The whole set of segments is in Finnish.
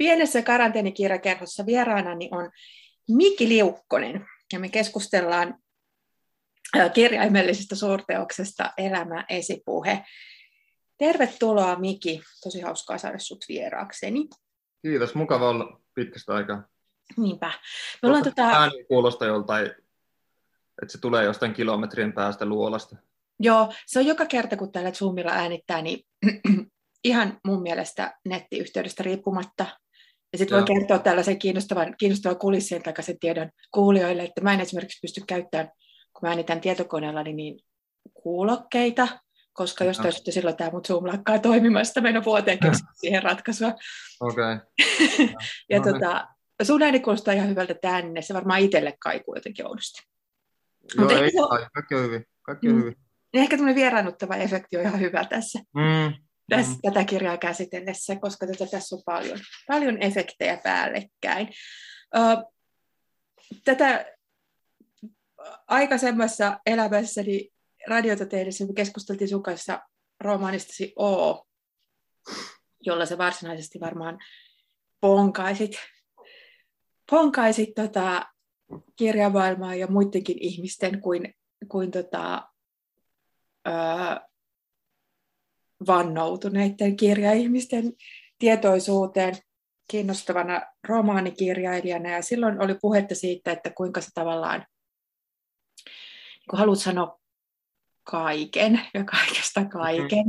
Pienessä karanteenikirjakerhossa vieraanani on Miki Liukkonen, ja me keskustellaan kirjaimellisesta suurteoksesta Elämä esipuhe. Tervetuloa Miki, tosi hauskaa saada sut vieraakseni. Kiitos, mukava olla pitkästä aikaa. Niinpä. Me ollaan ääni kuulostaa joltain, että se tulee jostain kilometrien päästä luolasta. Joo, se on joka kerta, kun tällä Zoomilla äänittää, niin ihan mun mielestä nettiyhteydestä riippumatta. Ja sitten voi kertoa tällaisen kiinnostavan kulissien takaisen tiedon kuulijoille, että mä en esimerkiksi pysty käyttämään, kun mä äänitän tietokoneella, niin kuulokkeita, koska jostain syystä silloin tämä mun Zoom lakkaa toimimasta, mä en ole vuoteen keksinyt siihen ratkaisua. Okei. Ja sun ääni kuulostaa ihan hyvältä tänne, se varmaan itselle kaikuu jotenkin oudosti. Joo, kaikki on hyvin. Ehkä tämmöinen vieraannuttava efekti on ihan hyvä tässä. Tätä kirjaa käsitellessä, koska tässä on paljon efektejä päällekkäin. Tätä aikaisemmassa elämässäni radiota tehdessä me keskusteltiin sun kanssa romaanistasi O, jolla sä varsinaisesti varmaan ponkaisit kirjamaailmaa ja muidenkin ihmisten kuin vannoutuneiden kirjaihmisten tietoisuuteen kiinnostavana romaanikirjailijana. Ja silloin oli puhetta siitä, että kuinka sä tavallaan kun haluat sanoa kaiken ja kaikesta kaiken.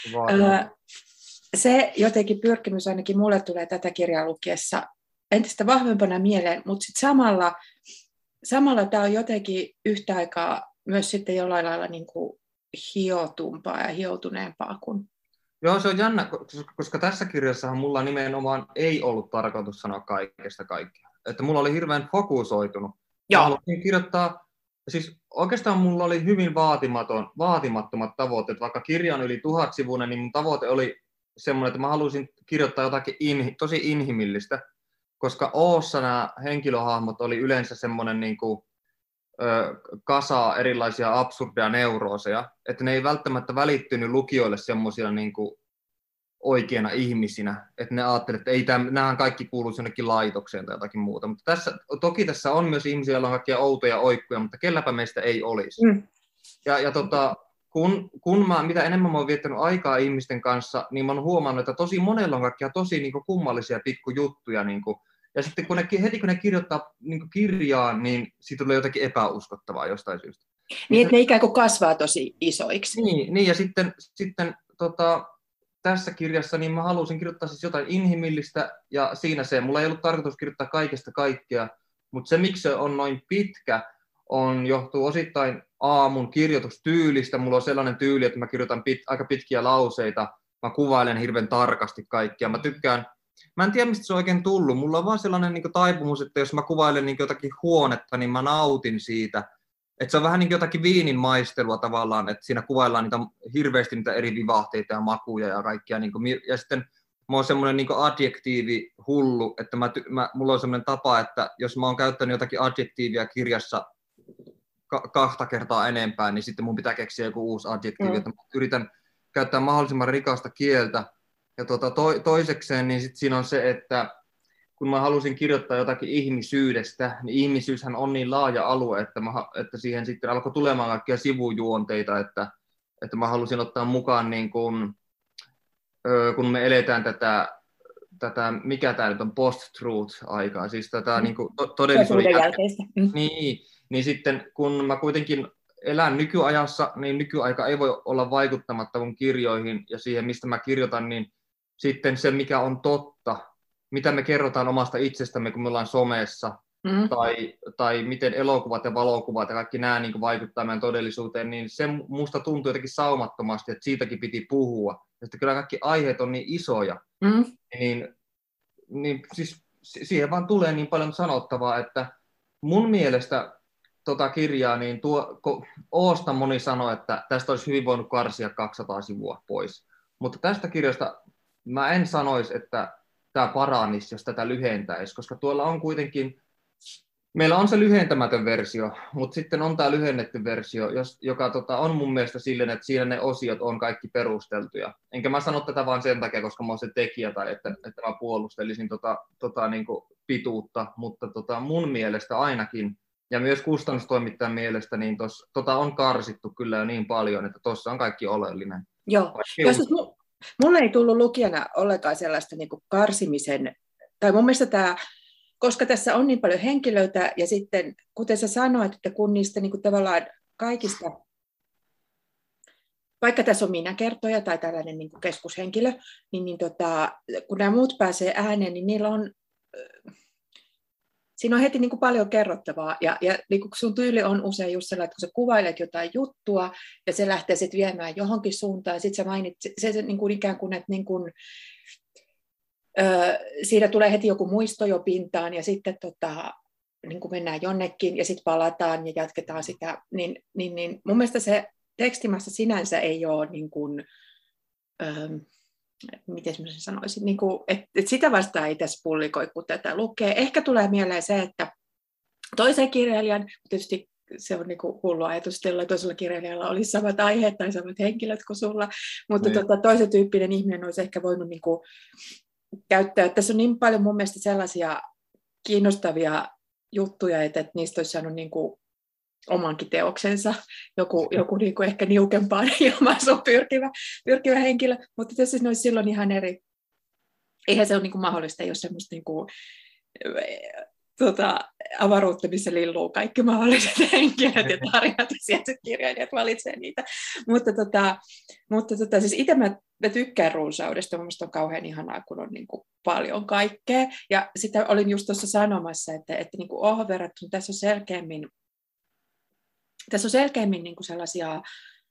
Se jotenkin pyrkimys ainakin mulle tulee tätä kirjaa lukiessa entistä vahvempana mieleen, mutta sitten samalla tämä on jotenkin yhtä aikaa myös sitten jollain lailla niin kuin hiotumpaa ja hioutuneempaa kuin... Joo, se on jännä, koska tässä kirjassahan mulla nimenomaan ei ollut tarkoitus sanoa kaikesta kaikkea. Että mulla oli hirveän fokusoitunut. Joo. Halusin kirjoittaa, siis oikeastaan mulla oli hyvin vaatimattomat tavoitteet. Vaikka kirja on yli 1000 sivuinen, niin mun tavoite oli semmoinen, että mä halusin kirjoittaa jotakin tosi inhimillistä. Koska Oossa nämä henkilöhahmot oli yleensä semmoinen niin kuin kasa erilaisia absurdeja neurooseja, että ne ei välttämättä välittynyt lukijoille semmoisina niin kuin oikeina ihmisinä, että ne ajattelivat, että nämähän kaikki kuuluu jonnekin laitokseen tai jotakin muuta. Mutta toki tässä on myös ihmisiä, joilla on kaikkia outoja oikkuja, mutta kelläpä meistä ei olisi. Mitä enemmän mä oon viettänyt aikaa ihmisten kanssa, niin mä oon huomannut, että tosi monella on kaikkia tosi niin kuin kummallisia pikkujuttuja, niin kuin. Ja sitten heti kun ne kirjoittaa niin kirjaa, niin siitä tulee jotakin epäuskottavaa jostain syystä. Niin, että ne ikään kuin kasvaa tosi isoiksi. Niin ja sitten tässä kirjassa niin mä halusin kirjoittaa siis jotain inhimillistä, ja siinä se, mulla ei ollut tarkoitus kirjoittaa kaikesta kaikkea, mutta se miksi se on noin pitkä, johtuu osittain mun kirjoitustyylistä. Mulla on sellainen tyyli, että mä kirjoitan aika pitkiä lauseita, mä kuvailen hirveän tarkasti kaikkia, mä en tiedä, mistä se on oikein tullut. Mulla on vaan sellainen niin kuin taipumus, että jos mä kuvailen niin kuin jotakin huonetta, niin mä nautin siitä. Että se on vähän niin kuin jotakin viinin maistelua tavallaan, että siinä kuvaillaan hirveästi niitä eri vivahteita ja makuja ja kaikkia. Niin kuin, ja sitten mä oon semmoinen niin kuin adjektiivi hullu, että mulla on semmoinen tapa, että jos mä oon käyttänyt jotakin adjektiivia kirjassa 2 kertaa enempää, niin sitten mun pitää keksiä joku uusi adjektiivi. Että mä yritän käyttää mahdollisimman rikasta kieltä. Ja toisekseen niin sit siinä on se, että kun mä halusin kirjoittaa jotakin ihmisyydestä, niin ihmisyyshän on niin laaja alue, että siihen sitten alkoi tulemaan kaikkia sivujuonteita, että mä halusin ottaa mukaan, niin kun me eletään tätä mikä tämä nyt on, post-truth-aikaa, siis tätä niin kuin todellisuuden jälkeistä. Niin sitten kun mä kuitenkin elän nykyajassa, niin nykyaika ei voi olla vaikuttamatta mun kirjoihin ja siihen, mistä mä kirjoitan, niin sitten se, mikä on totta, mitä me kerrotaan omasta itsestämme, kun me ollaan somessa, tai miten elokuvat ja valokuvat ja kaikki nämä niin kuin vaikuttaa meidän todellisuuteen, niin se musta tuntuu jotenkin saumattomasti, että siitäkin piti puhua. Ja sitten kyllä kaikki aiheet on niin isoja, niin siis siihen vaan tulee niin paljon sanottavaa, että mun mielestä kirjaa, niin Oosta moni sanoi, että tästä olisi hyvin voinut karsia 200 sivua pois. Mutta tästä kirjasta mä en sanoisi, että tämä paranisi, jos tätä lyhentäisi, koska tuolla on kuitenkin Meillä on se lyhentämätön versio, mutta sitten on tämä lyhennetty versio, joka on mun mielestä silleen, että siinä ne osiot on kaikki perusteltuja. Enkä mä sano tätä vain sen takia, koska mä oon se tekijä tai että mä puolustelisin niin kuin pituutta, mutta mun mielestä ainakin, ja myös kustannustoimittajan mielestä, niin on karsittu kyllä jo niin paljon, että tuossa on kaikki oleellinen. Joo, mulle ei tullut lukijana ollenkaan sellaista niin kuin karsimisen, tai mun mielestä tämä, koska tässä on niin paljon henkilöitä, ja sitten kuten sä sanoit, että kun niistä niin kuin tavallaan kaikista, vaikka tässä on minäkertoja tai tällainen niin kuin keskushenkilö, niin kun nämä muut pääsee ääneen, niin niillä on, siinä on heti niin kuin paljon kerrottavaa, ja niin kuin sun tyyli on usein just sellainen, että kun sä kuvailet jotain juttua, ja se lähtee sitten viemään johonkin suuntaan, ja sitten sä mainitsit, se niin kuin ikään kuin, että niin kuin, siitä tulee heti joku muisto jo pintaan, ja sitten niin kuin mennään jonnekin, ja sitten palataan, ja jatketaan sitä, niin mun mielestä se tekstimassa sinänsä ei ole niin kuin, miten mä sen sanoisin, niin kuin, että sitä vastaan ei tässä pullikoi, kun tätä lukee. Ehkä tulee mieleen se, että toisen kirjailijan, tietysti se on niin kuin hullu ajatus, että toisella kirjailijalla olisi samat aiheet tai samat henkilöt kuin sulla, mutta toisen tyyppinen ihminen olisi ehkä voinut niin kuin käyttää. Tässä on niin paljon mun mielestä sellaisia kiinnostavia juttuja, että niistä olisi saanut niin kuin omankin teoksensa, joku niin kuin ehkä niukempaan ilmaisuun pyrkivä henkilö, mutta tässä ne olisi silloin ihan eri. Eihän se ole niin kuin mahdollista, jos semmoista niin kuin, avaruutta, missä lilluu kaikki mahdolliset henkilöt ja tarinat, ja sieltä kirjailijat valitsee niitä. Mutta siis itse mä tykkään runsaudesta, mielestäni on kauhean ihanaa, kun on niin kuin paljon kaikkea. Ja sitä olin just tuossa sanomassa, että niin kuin verrattuna tässä on selkeämmin niin kuin sellaisia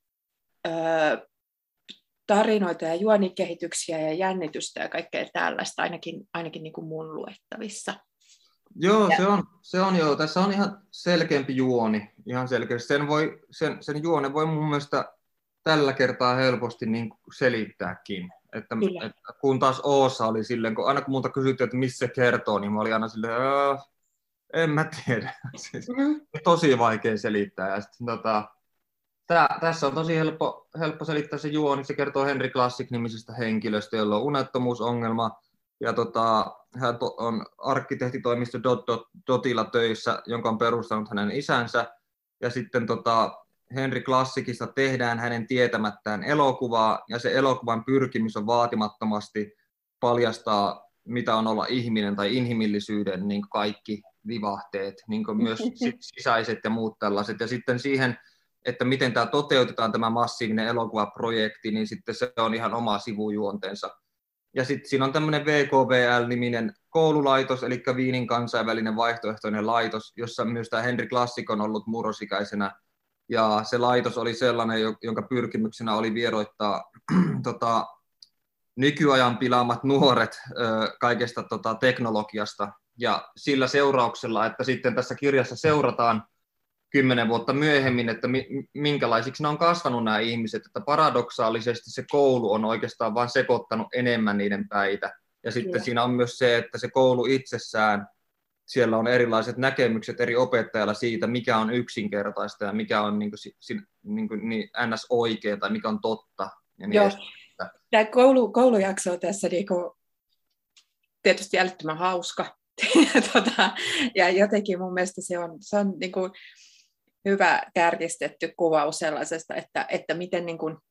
tarinoita ja juonikehityksiä ja jännitystä ja kaikkea tällaista, ainakin niin kuin mun luettavissa. Joo, se on joo. Tässä on ihan selkeämpi juoni, ihan selkeästi. Sen juonen voi mun mielestä tällä kertaa helposti niin kuin selittääkin. Että kun taas Oossa oli silleen, aina kun multa kysyttiin, että missä se kertoo, niin mä olin aina silleen, en mä tiedä. Siis, tosi vaikea selittää. Ja sitten, tässä on tosi helppo selittää se juoni. Se kertoo Henry Classic-nimisestä henkilöstä, jolla on unettomuusongelma. Ja hän on arkkitehtitoimisto Dotilla töissä, jonka on perustanut hänen isänsä. Ja sitten Henry Classicista tehdään hänen tietämättään elokuvaa, ja se elokuvan pyrkimys on vaatimattomasti paljastaa, mitä on olla ihminen tai inhimillisyyden niin kaikki vivahteet, niin myös sisäiset ja muut tällaiset. Ja sitten siihen, että miten tämä toteutetaan, tämä massiivinen elokuvaprojekti, niin sitten se on ihan oma sivujuonteensa. Ja sitten siinä on tämmöinen VKVL-niminen koululaitos, eli Wienin kansainvälinen vaihtoehtoinen laitos, jossa myös tämä Henry Classic on ollut murrosikäisenä. Ja se laitos oli sellainen, jonka pyrkimyksenä oli vieroittaa nykyajan pilaamat nuoret kaikesta teknologiasta. Ja sillä seurauksella, että sitten tässä kirjassa seurataan 10 vuotta myöhemmin, että minkälaisiksi ne on kasvanut nämä ihmiset, että paradoksaalisesti se koulu on oikeastaan vain sekoittanut enemmän niiden päitä. Ja sitten siinä on myös se, että se koulu itsessään, siellä on erilaiset näkemykset eri opettajilla siitä, mikä on yksinkertaista ja mikä on niin ns. Oikea tai mikä on totta. Ja niin. Joo. Tämä koulujakso on tässä tietysti älyttömän hauska. Ja jotenkin mun mielestä se on niin kuin hyvä kärjistetty kuvaus sellaisesta, että miten niin kuin,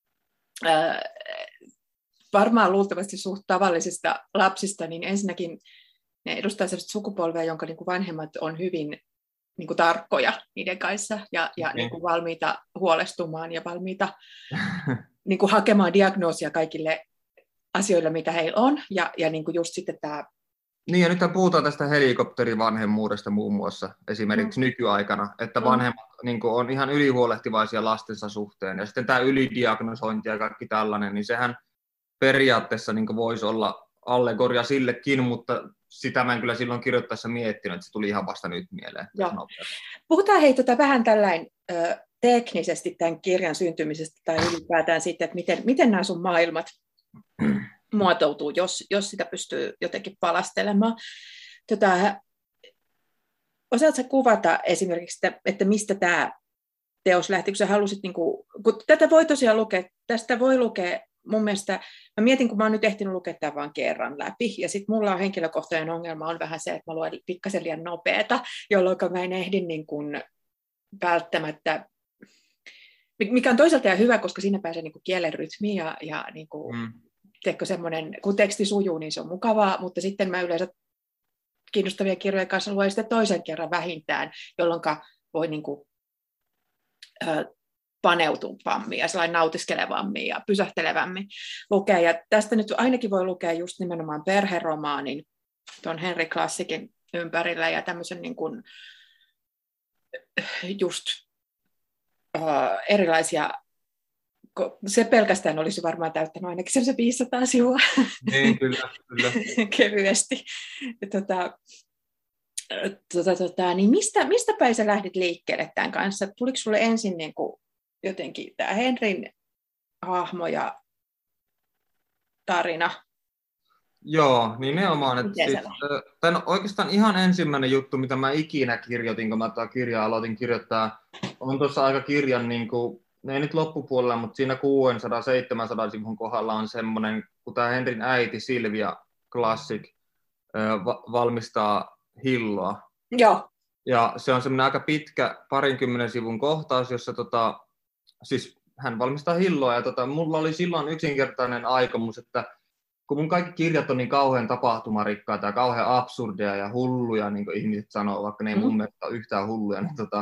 varmaan luultavasti suht tavallisista lapsista, niin ensinnäkin ne edustaa sellaista sukupolvea, jonka niin kuin vanhemmat on hyvin niin kuin tarkkoja niiden kanssa ja niin kuin valmiita huolestumaan ja valmiita niin kuin hakemaan diagnoosia kaikille asioille, mitä heillä on. Ja niin kuin just sitten tämä. Niin, ja nyt puhutaan tästä helikopterivanhemmuudesta muun muassa esimerkiksi nykyaikana, että vanhemmat niin kuin on ihan ylihuolehtivaisia lastensa suhteen. Ja sitten tämä ylidiagnosointi ja kaikki tällainen, niin sehän periaatteessa niin kuin voisi olla allegoria sillekin, mutta sitä mä en kyllä silloin kirjoittaessa miettinyt, että se tuli ihan vasta nyt mieleen. Puhutaan vähän tällainen teknisesti tämän kirjan syntymisestä tai ylipäätään sitten, että miten nämä sun maailmat muotoutuu, jos sitä pystyy jotenkin palastelemaan. osaatko kuvata esimerkiksi, että mistä tämä teos lähti, kun sä halusit, niin kun tätä voi tosiaan lukea, tästä voi lukea mun mielestä, mä mietin, kun mä oon nyt ehtinyt lukea tämän vain kerran läpi, ja sitten mulla on henkilökohtainen ongelma on vähän se, että mä luen pikkasen liian nopeata, jolloin mä en ehdi niin kuin välttämättä, mikä on toisaalta ihan hyvä, koska siinä pääsee niin kuin kielen rytmiin ja niin kuin, semmoinen, kun teksti sujuu, niin se on mukavaa, mutta sitten mä yleensä kiinnostavia kirjojen kanssa luen sitä toisen kerran vähintään, jolloin voi niin kuin, paneutuvammin ja sellainen nautiskelevammin ja pysähtelevämmin lukea. Ja tästä nyt ainakin voi lukea just nimenomaan perheromaanin tuon Henry Classicin ympärillä ja tämmöisen niin kuin just erilaisia, se pelkästään olisi varmaan täyttänyt ainakin se 500 sivua. Niin, kyllä. Kevyesti. Niin mistä päin sä lähdit liikkeelle tämän kanssa? Tuliko sulle ensin niin kuin jotenkin tämä Henryn hahmo ja tarina? Joo, nimenomaan. Tämä on oikeastaan ihan ensimmäinen juttu, mitä mä ikinä kirjoitin, kun mä tätä kirjaa aloitin kirjoittaa. On tuossa aika kirjan, niin kuin, ei nyt loppupuolella, mutta siinä 600-700 sivun kohdalla on semmoinen, kun tämä Henryn äiti Silvia Classic valmistaa hilloa. Joo. Ja se on semmoinen aika pitkä 20 sivun kohtaus, jossa siis hän valmistaa hilloa. Ja mulla oli silloin yksinkertainen aikomus, että kun mun kaikki kirjat on niin kauhean tapahtumarikkaita ja kauhean absurdeja ja hulluja, niin kuin ihmiset sanoo, vaikka ne ei mun mielestä ole yhtään hulluja,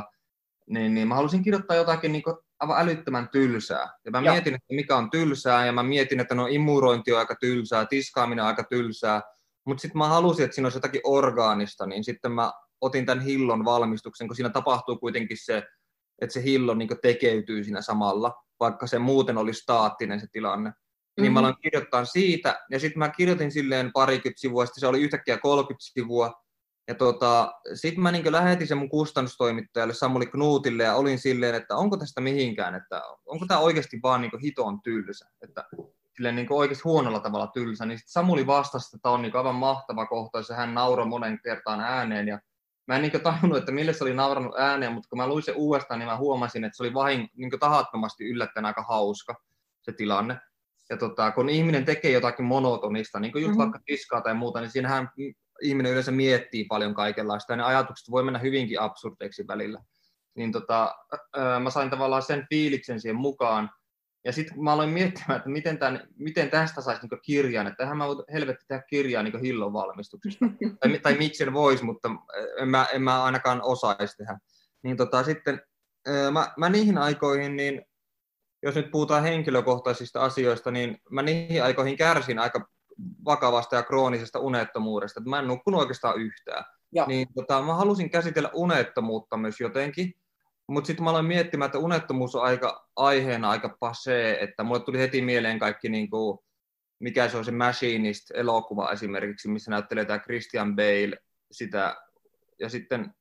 niin mä halusin kirjoittaa jotakin niin kuin aivan älyttömän tylsää. Ja mä mietin, että mikä on tylsää, ja mä mietin, että no imurointi on aika tylsää, tiskaaminen on aika tylsää. Mutta sitten mä halusin, että siinä olisi jotakin orgaanista, niin sitten mä otin tämän hillon valmistuksen, kun siinä tapahtuu kuitenkin se, että se hillo niin tekeytyy siinä samalla, vaikka se muuten oli staattinen se tilanne. Niin mä aloin kirjoittaa siitä, ja sitten mä kirjoitin silleen 20 sivua, sitten se oli yhtäkkiä 30 sivua. Ja sitten mä niin lähetin sen mun kustannustoimittajalle Samuli Knutille, ja olin silleen, että onko tästä mihinkään, että onko tämä oikeasti vaan niin hiton tylsä, että silleen niin oikeasti huonolla tavalla tylsä. Niin sitten Samuli vastasi, että tämä on niin aivan mahtava kohtaus, ja hän nauroi monen kertaan ääneen, ja mä en niin tajunnut, että mille se oli naurannut ääneen, mutta kun mä luin sen uudestaan, niin mä huomasin, että se oli niin tahattomasti yllättäen aika hauska se tilanne. Ja kun ihminen tekee jotakin monotonista, niin kuin just vaikka tiskaa tai muuta, niin siinähän ihminen yleensä miettii paljon kaikenlaista, ja ne ajatukset voi mennä hyvinkin absurdeiksi välillä. Niin mä sain tavallaan sen fiiliksen siihen mukaan, ja sitten mä aloin miettimään, että miten tästä saisi niin kirjan, että eihän mä voi helvetti tehdä kirjaa niin hillon valmistuksesta. tai miksi en voisi, mutta en mä ainakaan osaisi tehdä. Niin sitten mä niihin aikoihin, niin jos nyt puhutaan henkilökohtaisista asioista, niin mä niihin aikoihin kärsin aika vakavasta ja kroonisesta unettomuudesta. Mä en nukkunut oikeastaan yhtään. Niin mä halusin käsitellä unettomuutta myös jotenkin, mutta sitten mä aloin miettimään, että unettomuus on aiheena aika passé, että mulle tuli heti mieleen kaikki, niin kuin, mikä se on se Machinist-elokuva esimerkiksi, missä näyttelee tämä Christian Bale sitä, ja sitten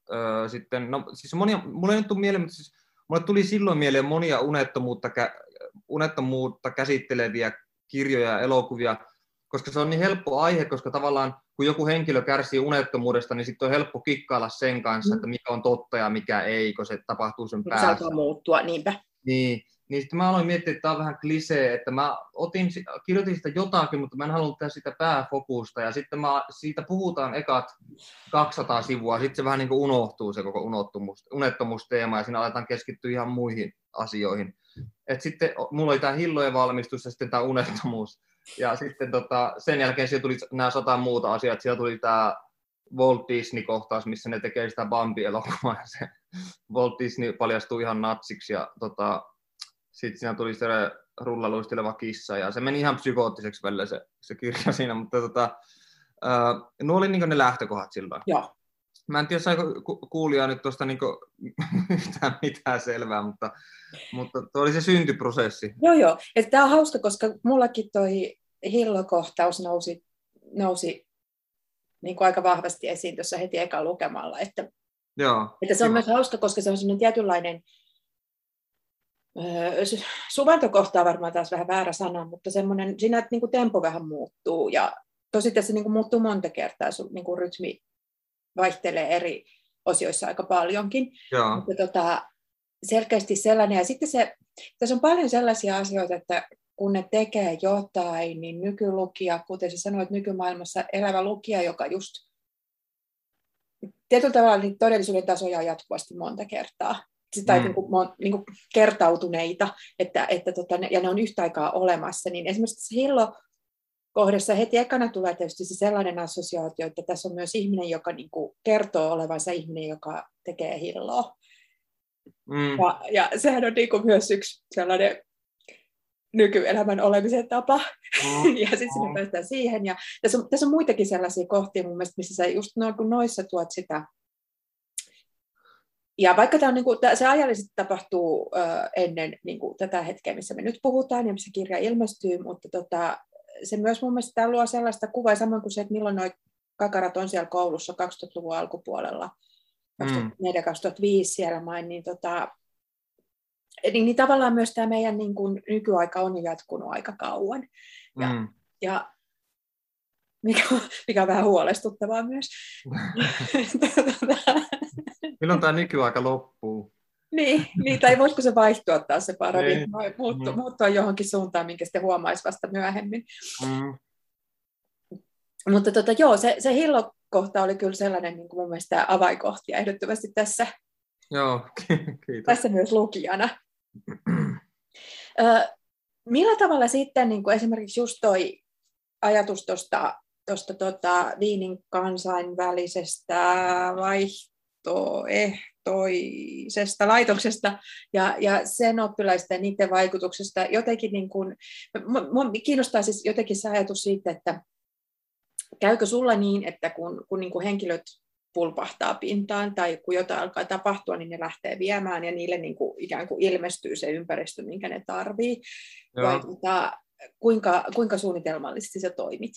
no siis monia, mulle ei nyt tule mieleen, mutta siis mulle tuli silloin mieleen monia unettomuutta käsitteleviä kirjoja ja elokuvia, koska se on niin helppo aihe, koska tavallaan kun joku henkilö kärsii unettomuudesta, niin sitten on helppo kikkailla sen kanssa, että mikä on totta ja mikä ei, kun se tapahtuu sen päässä. Se alkaa muuttua, niinpä. Niin sitten mä aloin miettiä, että tämä on vähän klisee, että mä kirjoitin sitä jotakin, mutta mä en halunnut tehdä sitä pääfokusta, ja sitten siitä puhutaan ekat 200 sivua, sitten se vähän niin kuin unohtuu se koko unettomuusteema, ja siinä aletaan keskittyä ihan muihin asioihin. Et sitten mulla oli tämä hillojen valmistus ja sitten tämä unettomuus, ja sitten sen jälkeen siellä tuli nämä 100 muuta asiaa, siellä tuli tämä Walt Disney-kohtaus, missä ne tekee sitä Bambi-elokuvaa, ja se Walt Disney paljastui ihan natsiksi, ja sitten siinä tuli se rullaluisteleva kissa, ja se meni ihan psykoottiseksi välillä se kirja siinä, mutta nuo oli niin ne lähtökohdat silloin. Joo. Mä en tiedä, saiko kuulija nyt tuosta niin yhtään mitään selvää, mutta tuo oli se syntyprosessi. Joo. Tämä on hauska, koska mullakin toi hillokohtaus nousi niin kuin aika vahvasti esiin tuossa heti ekan lukemalla. Että se on myös hauska, koska se on sellainen tietynlainen suvantokohta on varmaan taas vähän väärä sana, mutta semmoinen, siinä niin kuin tempo vähän muuttuu ja tosi tässä niin kuin muuttuu monta kertaa, sun niin kuin rytmi vaihtelee eri osioissa aika paljonkin. Joo. Mutta selkeästi sellainen. Ja sitten tässä on paljon sellaisia asioita, että kun ne tekee jotain, niin nykylukija, kuten sä sanoit, nykymaailmassa elävä lukija, joka just tietyllä tavalla niin todellisuuden tasoja on jatkuvasti monta kertaa. Tai niin kuin kertautuneita, ja ne on yhtä aikaa olemassa. Niin esimerkiksi tässä Hillo-kohdassa heti ekana tulee tietysti se sellainen assosiaatio, että tässä on myös ihminen, joka niin kuin kertoo olevansa ihminen, joka tekee Hilloa. Ja sehän on niin kuin myös yksi sellainen nykyelämän olemisen tapa. Ja sitten sinne päästään siihen. Ja tässä on muitakin sellaisia kohtia mun mielestä, missä sä just noissa tuot sitä. Ja vaikka tämä on, niin kuin, se ajallisesti tapahtuu ennen niin kuin, tätä hetkeä, missä me nyt puhutaan ja missä kirja ilmestyy, mutta se myös mun mielestä luo sellaista kuvaa, samoin kuin se, että milloin nuo kakarat on siellä koulussa 2000-luvun alkupuolella, 2004-2005 siellä main, niin tavallaan myös tämä meidän niin kuin, nykyaika on jatkunut aika kauan. Ja mikä on vähän huolestuttavaa myös. Milloin tämä nykyaika loppuu? Niin, tai voisiko se vaihtua taas se paradigma, muuttua johonkin suuntaan, minkä sitten huomaisi vasta myöhemmin. Mutta se Hillo-kohta oli kyllä sellainen niin kuin mun mielestä avainkohtia ehdottomasti tässä. Joo, kiitos. Tässä myös lukijana. Millä tavalla sitten niin kuin esimerkiksi just toi ajatus tuosta Wienin kansainvälisestä vaihtoehtoisesta laitoksesta ja sen oppilaista ja niiden vaikutuksesta jotenkin niin kuin, kiinnostaa siis jotenkin se ajatus siitä, että käykö sulla niin, että kun niin kuin henkilöt pulpahtaa pintaan tai kun jotain alkaa tapahtua, niin ne lähtee viemään ja niille niin kuin ikään kuin ilmestyy se ympäristö, minkä ne tarvii. Vai, kuinka suunnitelmallisesti sä toimit?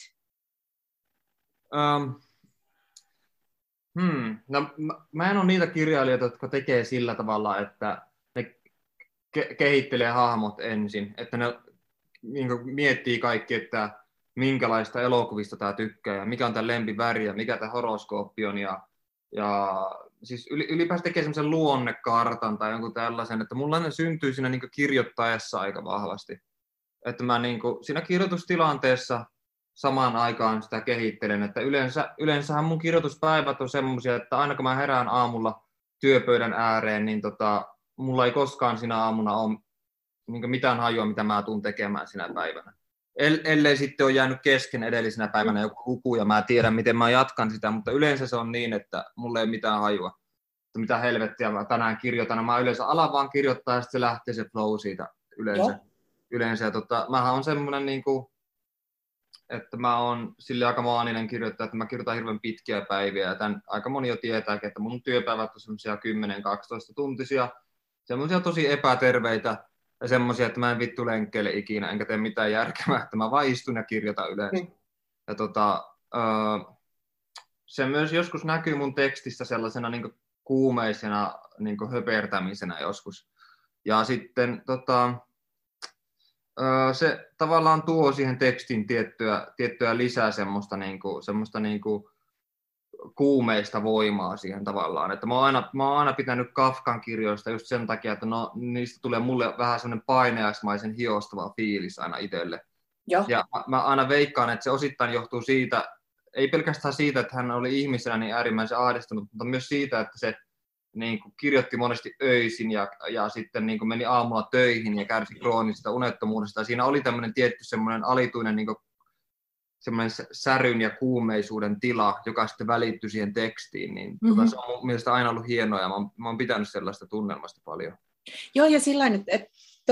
No, mä en ole niitä kirjailijoita, jotka tekee sillä tavalla, että ne kehittelee hahmot ensin, että ne niin kuin miettii kaikki, että minkälaista elokuvista tämä tykkää ja mikä on tämä lempiväri ja mikä tämä horoskooppi on ja siis ylipäänsä tekee semmoisen luonnekartan tai jonkun tällaisen, että mulla ne syntyy siinä niin kuin kirjoittaessa aika vahvasti, että mä niin kuin siinä kirjoitustilanteessa samaan aikaan sitä kehittelen, että yleensähän mun kirjoituspäivät on semmoisia, että aina kun mä herään aamulla työpöydän ääreen, niin mulla ei koskaan sinä aamuna ole niin mitään hajua, mitä mä tuun tekemään sinä päivänä. Ellei sitten ole jäänyt kesken edellisenä päivänä joku luku ja mä tiedän, miten mä jatkan sitä, mutta yleensä se on niin, että mulla ei ole mitään hajua, että mitä helvettiä mä tänään kirjoitan. Mä yleensä alan vaan kirjoittaa ja sitten se lähtee se flow siitä yleensä. Ja mähän on semmoinen niin kuin, että mä oon sille aika maaninen kirjoittaja, että mä kirjoitan hirveän pitkiä päiviä, ja tämän aika moni jo tietääkin, että mun työpäivät on semmoisia 10-12 tuntisia, semmoisia tosi epäterveitä, ja semmoisia, että mä en vittu lenkkeile ikinä, enkä tee mitään järkevää, että mä vaan istun ja kirjoitan yleensä. Ja se myös joskus näkyy mun tekstissä sellaisena niin kuin kuumeisena niin kuin höpertämisenä joskus. Ja sitten se tavallaan tuo siihen tekstin tiettyä lisää semmoista kuumeista voimaa siihen tavallaan. Että mä oon aina pitänyt Kafkan kirjoista just sen takia, että niistä tulee mulle vähän semmoinen paineaismaisen hiostava fiilis aina itselle. Ja mä aina veikkaan, että se osittain johtuu siitä, ei pelkästään siitä, että hän oli ihmisenä niin äärimmäisen ahdistunut, mutta myös siitä, että se niin kuin kirjoitti monesti öisin ja sitten niin kuin meni aamulla töihin ja kärsi kroonisesta unettomuudesta. Ja siinä oli tämmöinen tietty semmoinen alituinen niin kuin semmoinen säryn ja kuumeisuuden tila, joka sitten välittyi siihen tekstiin. Niin se on mun mielestä aina ollut hienoa ja mä oon pitänyt sellaista tunnelmasta paljon. Joo, ja sillain, että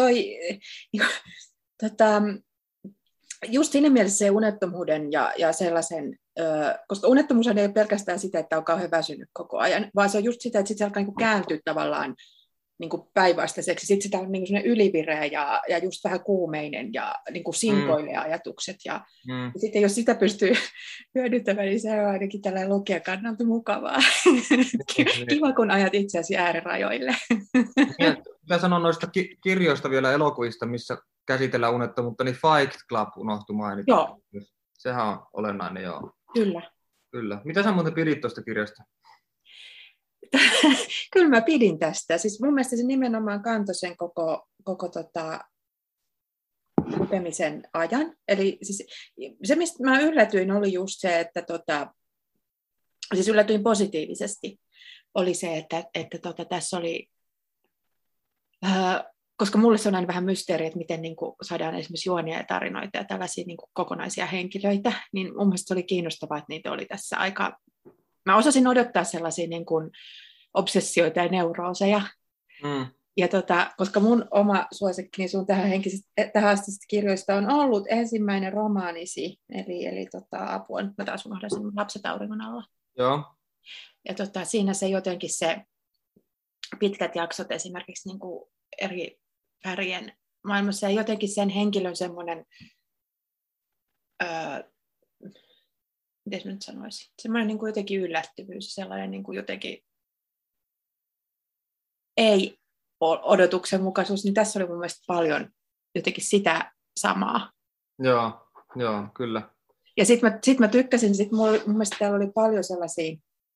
just siinä mielessä se unettomuuden ja sellaisen, koska unettomuus ei ole pelkästään sitä, että on kauhean väsynyt koko ajan, vaan se on just sitä, että sitten se alkaa niin kääntyä tavallaan niin päinvastaiseksi. Sitten sitä on niin ylivireä ja just vähän kuumeinen ja niin sinkoilee ajatukset. Ja sitten jos sitä pystyy hyödyntämään, niin se on ainakin tällainen lukijan kannalta mukavaa. Kiva, kun ajat itseäsi äärirajoille. Mitä sanon noista kirjoista vielä elokuvista, missä käsitellään unettomuutta, niin Fight Club unohtui mainita. Joo. Sehän on olennainen, joo. Kyllä. Mitä sä muuten pidit tuosta kirjasta? Kyllä mä pidin tästä. Siis mun mielestä se nimenomaan kantoi sen koko lukemisen ajan. Eli siis se, mistä mä yllätyin, oli just se, että siis yllätyin positiivisesti, oli se, että tässä oli, koska mulle se on aina vähän mysteeri, että miten niin kuin saadaan esimerkiksi juonia ja tarinoita ja tällaisia niin kuin kokonaisia henkilöitä, niin mun mielestä se oli kiinnostavaa, että niitä oli tässä aika. Mä osasin odottaa sellaisia niin kuin obsessioita ja neurooseja. Ja koska mun oma suosikkini sun tähän astisista kirjoista on ollut ensimmäinen romaanisi, eli apua, nyt mä taas unohdan sen Lapset auringon alla. Joo. Ja siinä se jotenkin se pitkät jaksot esimerkiksi niin kuin eri värien maailmassa ja jotenkin sen henkilön semmoinen, miten nyt sanoisin, semmoinen niin kuin jotenkin yllättyvyys, sellainen niin kuin jotenkin ei odotuksenmukaisuus, niin tässä oli mun mielestä paljon jotenkin sitä samaa. Joo, kyllä. Ja sitten mä tykkäsin, mun mielestä täällä oli paljon sellaisia,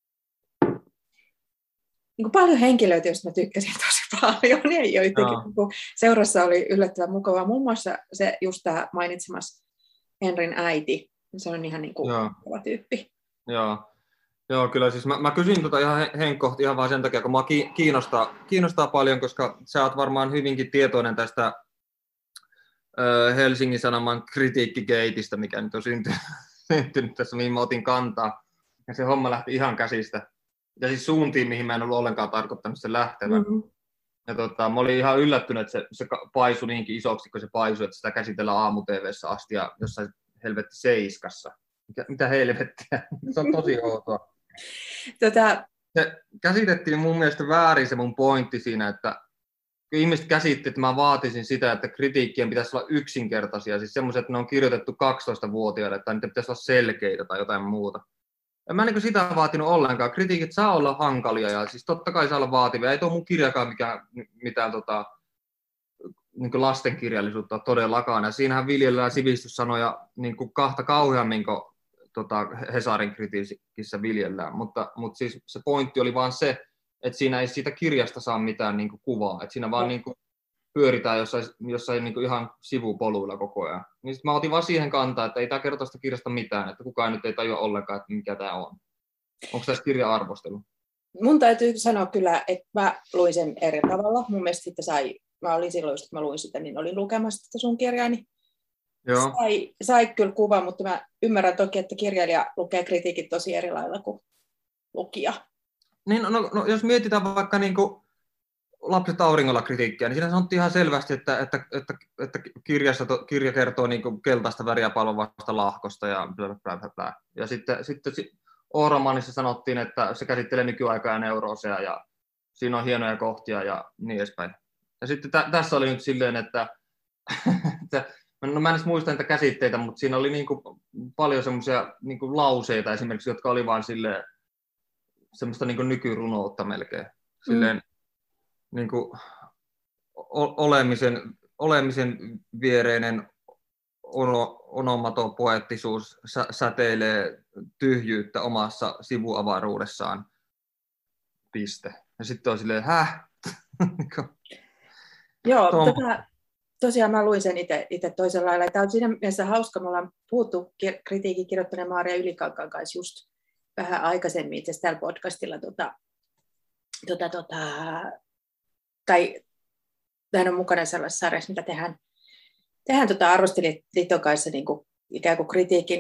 niin kuin paljon henkilöitä, joista mä tykkäsin tosi paljon, ja joidenkin seurassa oli yllättävän mukavaa. Muun muassa se just tämä mainitsemas Henrin äiti, se on ihan niin kuin kova tyyppi. Joo, kyllä siis mä kysyin ihan Henkko ihan vaan sen takia, kun mua kiinnostaa paljon, koska sä oot varmaan hyvinkin tietoinen tästä Helsingin Sanoman kritiikkigeitistä, mikä nyt on syntynyt tässä, mihin mä otin kantaa. Ja se homma lähti ihan käsistä. Ja siis suuntiin, mihin mä en ollut ollenkaan tarkoittanut sen lähtevän. Mm-hmm. Ja mä olin ihan yllättynyt, että se paisui niinkin isoksi, kun se paisui, että sitä käsitellään aamu-tv:ssä asti ja jossain helvetti seiskassa. Mitä helvettiä? Se on tosi outoa. Se käsitettiin mun mielestä väärin se mun pointti siinä, että ihmiset käsitti, että mä vaatisin sitä, että kritiikkien pitäisi olla yksinkertaisia, siis semmoiset, että ne on kirjoitettu 12-vuotiaille, tai niitä pitäisi olla selkeitä tai jotain muuta. En mä sitä vaatinut ollenkaan. Kritiikit saa olla hankalia, ja siis totta kai saa olla vaativia. Ei tuo mun kirjakaan mitään niin lastenkirjallisuutta todellakaan. Ja siinähän viljellään sivistyssanoja niin kuin kahta kauheammin kuin Hesarin kritiikissä viljellään. Mutta siis se pointti oli vaan se, että siinä ei siitä kirjasta saa mitään niin kuin kuvaa. Että siinä vaan niin kuin pyöritään jossain niin kuin ihan sivupoluilla koko ajan. Niin sitten mä otin vaan siihen kantaa, että ei tämä kerro tästä kirjasta mitään, että kukaan nyt ei tajua ollenkaan, että mikä tämä on. Onko tässä kirja-arvostelu? Mun täytyy sanoa kyllä, että mä luin sen eri tavalla. Mun mielestä sitten mä olin silloin, kun mä luin sitä, niin olin lukemassa sitä sun kirjaani. Joo. Sai kyllä kuva, mutta mä ymmärrän toki, että kirjailija lukee kritiikit tosi eri lailla kuin lukija. Niin, no, jos mietitään vaikka niinku Lapset auringolla kritiikkiä, niin siinä sanottiin ihan selvästi, että kirja kertoo niinku keltaista väriä palvovasta lahkosta ja blablabla. Ja sitten O-romaanissa sanottiin, että se käsittelee nykyaikaa ja neurooseja ja siinä on hienoja kohtia ja niin edespäin. Ja sitten tässä oli nyt silleen, että mä en edes muista niitä käsitteitä, mutta siinä oli niinku paljon semmoisia niinku lauseita esimerkiksi, jotka oli vaan silleen semmoista niinku nykyrunoutta melkein. Silleen niinku olemisen viereinen onomatopoeettisuus säteilee tyhjyyttä omassa sivuavaruudessaan. Piste. Ja sitten on silleen, Joo, tosiaan mä luin sen itse toisella lailla. Tämä on siinä mielessä hauska, me ollaan puhuttu kritiikin kirjoittaneen Maaria Ylikankaan kanssa just vähän aikaisemmin itse asiassa täällä podcastilla. Tai hän on mukana sellaisessa sarjassa, mitä tehdään arvostelijaliiton kanssa niin kuin ikään kuin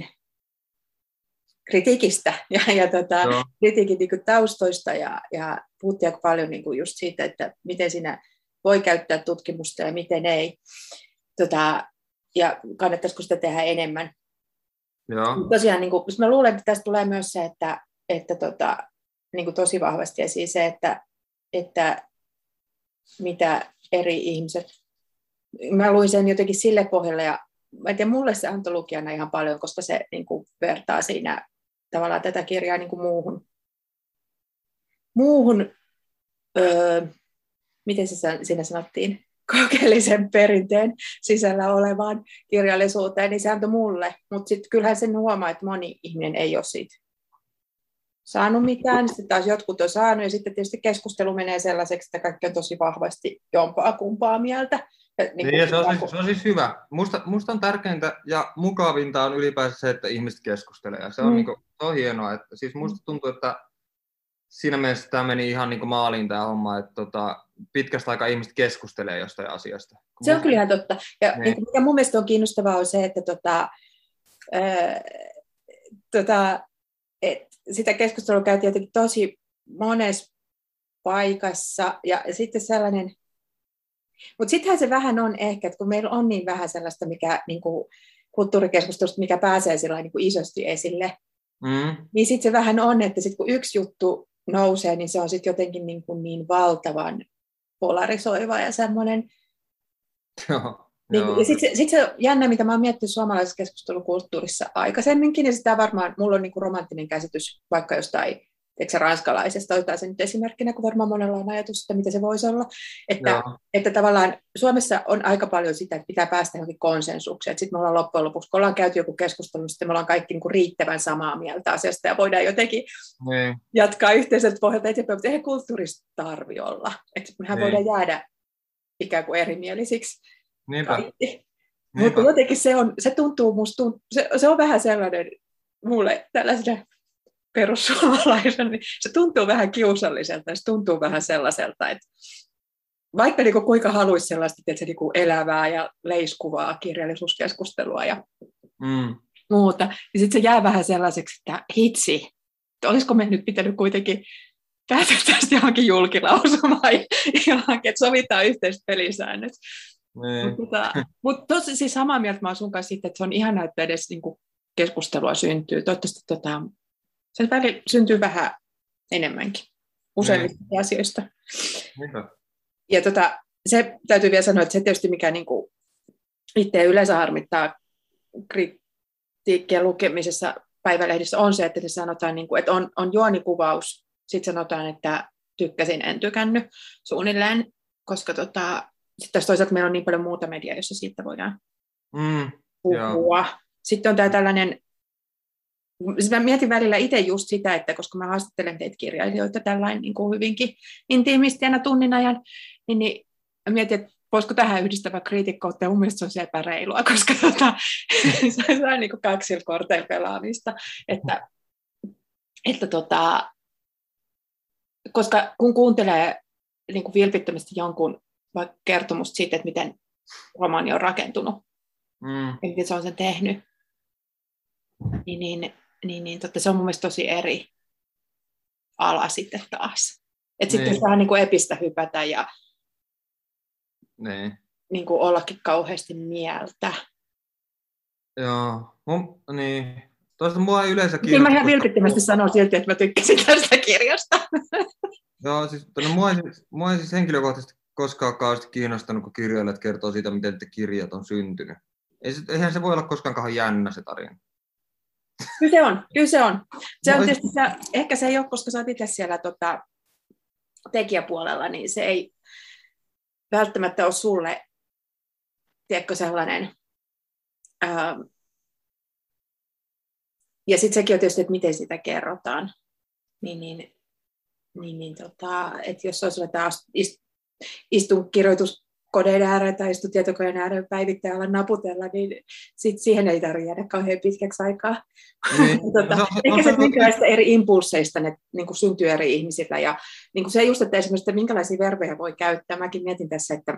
kritiikistä ja kritiikin niin kuin taustoista ja puhuttiin aika paljon niin kuin just siitä, että miten siinä voi käyttää tutkimusta ja miten ei. Ja kannattaisiko sitä tehdä enemmän. Joo. Tosiaan, niin kuin, mä luulen, että tästä tulee myös se, että niin kuin tosi vahvasti esiin se, että mitä eri ihmiset. Mä luin sen jotenkin sille pohjalle ja mulle se antoi lukijana ihan paljon, koska se niin kuin vertaa siinä tavallaan tätä kirjaa niin kuin muuhun miten se siinä sanottiin, kokeellisen perinteen sisällä olevaan kirjallisuuteen, niin se antoi mulle. Mutta sitten kyllähän sen huomaa, että moni ihminen ei ole siitä saanut mitään, sitten taas jotkut on saanut, ja sitten tietysti keskustelu menee sellaiseksi, että kaikki on tosi vahvasti jompaa kumpaa mieltä. Niin, se on siis hyvä. Musta on tärkeintä ja mukavinta on ylipäänsä se, että ihmiset keskustelee. Ja se on, se on hienoa. Että, siis musta tuntuu, että siinä mielessä tämä meni ihan niin kuin maaliin tämä homma, että pitkästä aikaa ihmiset keskustelee jostain asiasta. Se on kyllä ihan totta. Ja niin. Mikä mun mielestä on kiinnostavaa on se, että sitä keskustelua käytiin jotenkin tosi monessa paikassa. Ja sitten sellainen, mutta sittenhän se vähän on ehkä, että kun meillä on niin vähän sellaista, mikä niin kuin kulttuurikeskustelusta, mikä pääsee niin kuin isosti esille, niin sitten se vähän on, että sit kun yksi juttu nousee, niin se on sitten jotenkin niin valtavan polarisoiva ja semmoinen. Ja sitten se on jännä, mitä mä oon miettinyt suomalaisessa keskustelukulttuurissa aikaisemminkin, ja sitä varmaan, mulla on niin kuin romanttinen käsitys vaikka jostain ranskalaisesta, otetaan se nyt esimerkkinä, kun varmaan monella on ajatus, että mitä se voisi olla, että tavallaan Suomessa on aika paljon sitä, että pitää päästä johonkin konsensukseen, sitten me ollaan loppujen lopuksi, kun ollaan käyty joku keskustelu, sitten me ollaan kaikki niin kuin riittävän samaa mieltä asiasta, ja voidaan jotenkin jatkaa yhteiseltä pohjalta eteenpäin, mutta eihän kulttuurista tarvitse olla, että mehän voidaan jäädä ikään kuin erimielisiksi. Mutta jotenkin se tuntuu musta, se on vähän sellainen mulle tällaisena perussuomalaisen, niin se tuntuu vähän kiusalliselta ja se tuntuu vähän sellaiselta, että vaikka niin kuin kuinka haluaisi sellaista että niin kuin elävää ja leiskuvaa kirjallisuuskeskustelua ja muuta, niin sitten se jää vähän sellaiseksi, että hitsi, että olisiko me nyt pitänyt kuitenkin päästä tästä johonkin julkilausumaan johonkin, että sovitaan yhteiset pelisäännöt. Mutta tosi siis samaa mieltä mä oon sun kanssa siitä, että se on ihanaa, että edes niin kuin keskustelua syntyy. Toivottavasti sen välillä syntyy vähän enemmänkin useimmista asioista. Ja se täytyy vielä sanoa, että se tietysti mikä niinku itse yleensä harmittaa kritiikkien lukemisessa päivälehdissä on se, että se sanotaan, niinku, että on juonikuvaus, sitten sanotaan, että tykkäsin, en tykännyt suunnilleen, koska sitten toisaalta meillä on niin paljon muuta mediaa, jossa siitä voidaan puhua. Sitten on tämä tällainen, mä mietin välillä itse just sitä, että koska mä haastattelen teitä kirjailijoita tällainen niin kuin hyvinkin intiimisti aina tunnin ajan, niin mä mietin, että voisiko tähän yhdistävä kriitikkoutta, ja mun mielestä se on se epäreilua, koska se on niin kuin kaksilla korteilla pelaamista, koska kun kuuntelee niin kuin vilpittömästi jonkun vaikka kertomusta siitä, että miten romaani on rakentunut, ja miten se on sen tehnyt, se on mun mielestä tosi eri ala sitten taas. Että sitten saa niin kuin epistä hypätä ja niin kuin ollakin kauheasti mieltä. Joo, toista mua ei yleensä kiinnostaa. Kyllä mä ihan vilpittömästi sanon silti, että mä tykkäsin tästä kirjasta. Joo, siis mua ei siis henkilökohtaisesti koskaan kauheasti kiinnostanut, kun kirjailijat kertoo siitä, miten kirjat on syntynyt. Eihän se voi olla koskaan kauhean jännä se tarina. Kyllä se on. Se on tietysti, ehkä se ei ole, koska sä oot itse siellä tekijäpuolella, niin se ei välttämättä ole sulle, tiedätkö, sellainen. Ja sitten sekin on tietysti, että miten sitä kerrotaan. Että jos olisi taas istun kirjoituskodeiden ääreen tai istu tietokoneen ääreen päivittäin olla naputella, niin sit siihen ei tarvitse jäädä kauhean pitkäksi aikaa. Ehkä se, minkälaista eri impulseista ne niin kuin syntyy eri ihmisillä. Ja niin kuin se just, että esimerkiksi, että minkälaisia verbejä voi käyttää. Mäkin mietin tässä, että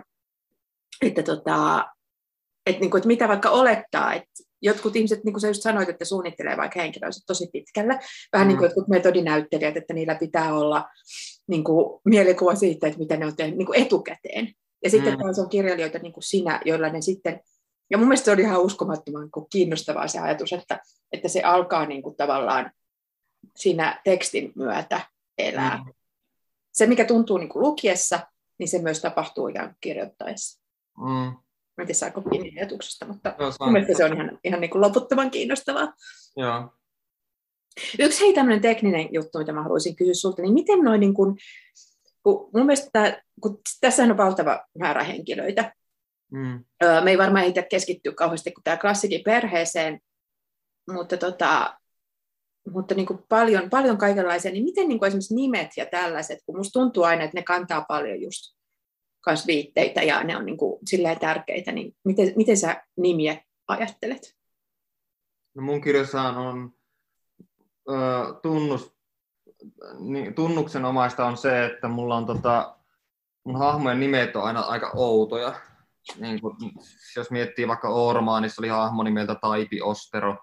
mitä vaikka olettaa, että jotkut ihmiset, niin kuin sä just sanoit, että suunnittelee vaikka henkilöä tosi pitkälle, vähän niin kuin jotkut metodinäyttelijät, että niillä pitää olla niin kuin mielikuva siitä, että mitä ne on tehnyt niin kuin etukäteen. Ja sitten taas on kirjailijoita niin kuin sinä, joilla ne sitten, ja mun mielestä se on ihan uskomattoman niin kuin kiinnostavaa se ajatus, että se alkaa niin kuin tavallaan siinä tekstin myötä elää. Se, mikä tuntuu niin kuin lukiessa, niin se myös tapahtuu ikään kirjoittaessa. Mä en tiedä, saako kiinni ajatuksesta, mutta mun mielestä se on ihan niin kuin loputtoman kiinnostavaa. Joo. Yksi tämmöinen tekninen juttu, mitä mä haluaisin kysyä sulta, niin miten noin, niin kun mun mielestä, kun tässähän on valtava määrä henkilöitä, me ei varmaan itse keskittyä kauheasti kuin tämä klassikin perheeseen, mutta mutta niin kuin paljon kaikenlaisia, niin miten niin kuin esimerkiksi nimet ja tällaiset, kun musta tuntuu aina, että ne kantaa paljon just kans viitteitä ja ne on niin kuin silleen tärkeitä, niin miten sä nimiä ajattelet? No mun kirjassahan on tunnuksenomaista on se, että mulla on mun hahmojen nimet on aina aika outoja. Niin kun, jos miettii vaikka Ormaanissa oli hahmo nimeltä Taipi Ostero,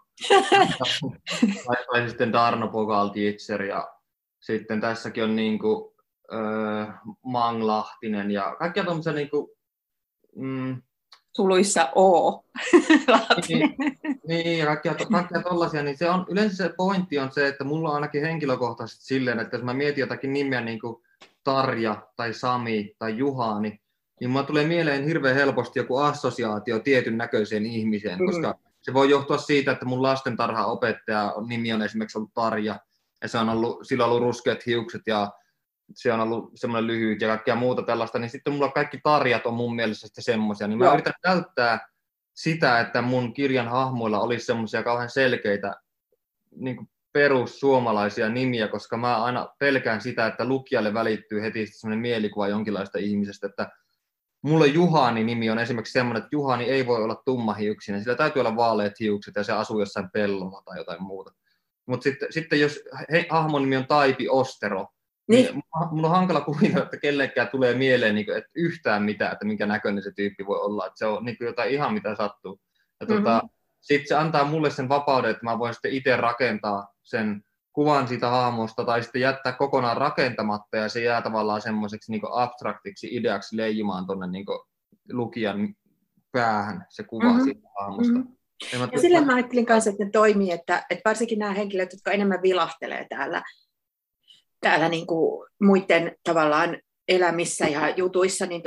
tai sitten Darno Pogaltitser, ja sitten tässäkin on niin kuin, Manglahtinen ja kaikkia tommosia niin kuin, Suluissa O. niin, ja kaikkia tollasia, niin se on, yleensä se pointti on se, että mulla on ainakin henkilökohtaisesti silleen, että jos mä mietin jotakin nimeä niin kuin Tarja tai Sami tai Juhani, niin mulla tulee mieleen hirveän helposti joku assosiaatio tietyn näköiseen ihmiseen, koska se voi johtua siitä, että mun lastentarhaopettaja nimi on esimerkiksi ollut Tarja, ja sillä on ollut ruskeat hiukset, ja se on ollut semmoinen lyhyt ja kaikkea muuta tällaista, niin sitten mulla kaikki Tarjat on mun mielestä sitten semmoisia, niin mä yritän välttää sitä, että mun kirjan hahmoilla olisi semmoisia kauhean selkeitä niin kuin perussuomalaisia nimiä, koska mä aina pelkään sitä, että lukijalle välittyy heti semmoinen mielikuva jonkinlaista ihmisestä, että mulle Juhani-nimi on esimerkiksi semmoinen, että Juhani ei voi olla tummahiuksinen, sillä täytyy olla vaaleat hiukset ja se asuu jossain pellolla tai jotain muuta. Mutta sitten jos hahmon nimi on Taipi Ostero, niin mulla on hankala kuvitella, että kellekään tulee mieleen niin kuin, että yhtään mitään, että minkä näköinen se tyyppi voi olla. Että se on niin kuin jotain ihan mitä sattuu. Ja sitten se antaa mulle sen vapauden, että mä voin sitten itse rakentaa sen kuvan siitä hahmosta tai sitten jättää kokonaan rakentamatta ja se jää tavallaan semmoiseksi niin kuin abstraktiksi ideaksi leijumaan tuonne niin kuin lukijan päähän se kuva siitä hahmosta. Ja silleen mä ajattelin kanssa, että ne toimii, että varsinkin nämä henkilöt, jotka enemmän vilahtelee täällä niin kuin muiden tavallaan elämissä ja jutuissa, niin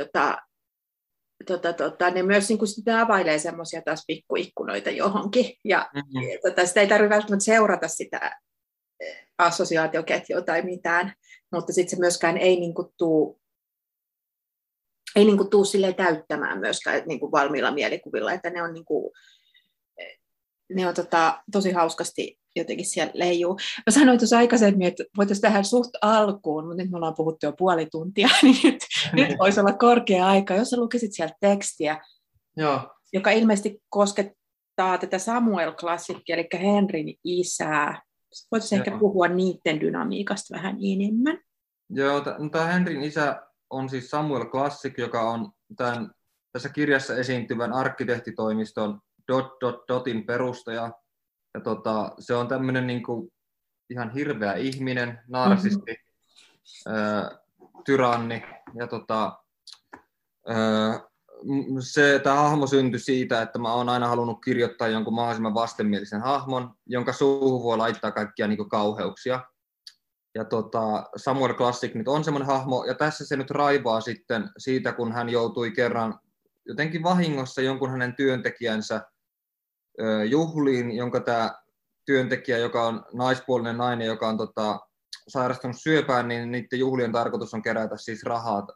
ne myös niin kuin sitä availee semmoisia taas pikkuikkunoita johonkin. Ja sitä ei tarvitse välttämättä seurata sitä assosiaatioketjua tai mitään, mutta sitten se myöskään ei niin kuin tuu silleen täyttämään myöskään niin kuin valmiilla mielikuvilla, että ne on, niin kuin, tosi hauskasti jotenkin siellä leijuu. Mä sanoin tuossa aikaisemmin, että voitaisiin tähän suht alkuun, mutta nyt me ollaan puhuttu jo puoli tuntia, niin nyt voisi olla korkea aika, jos sä lukisit sieltä tekstiä, joka ilmeisesti koskettaa tätä Samuel-klassikkia, eli Henrin isää. Voitaisiin ehkä puhua niiden dynamiikasta vähän enemmän. Joo, tämä Henrin isä on siis Samuel Classic, joka on tässä kirjassa esiintyvän arkkitehtitoimiston Dotin perustaja. Ja se on tämmöinen niin ihan hirveä ihminen, narsisti, tyranni. Ja tämä hahmo syntyi siitä, että mä oon aina halunnut kirjoittaa jonkun mahdollisimman vastenmielisen hahmon, jonka suuhun voi laittaa kaikkia niin kuin kauheuksia. Ja Samuel Classic nyt on semmoinen hahmo, ja tässä se nyt raivaa sitten siitä, kun hän joutui kerran jotenkin vahingossa jonkun hänen työntekijänsä juhliin, jonka tämä työntekijä, joka on naispuolinen nainen, joka on sairastunut syöpään, niin niiden juhlien tarkoitus on kerätä siis rahaa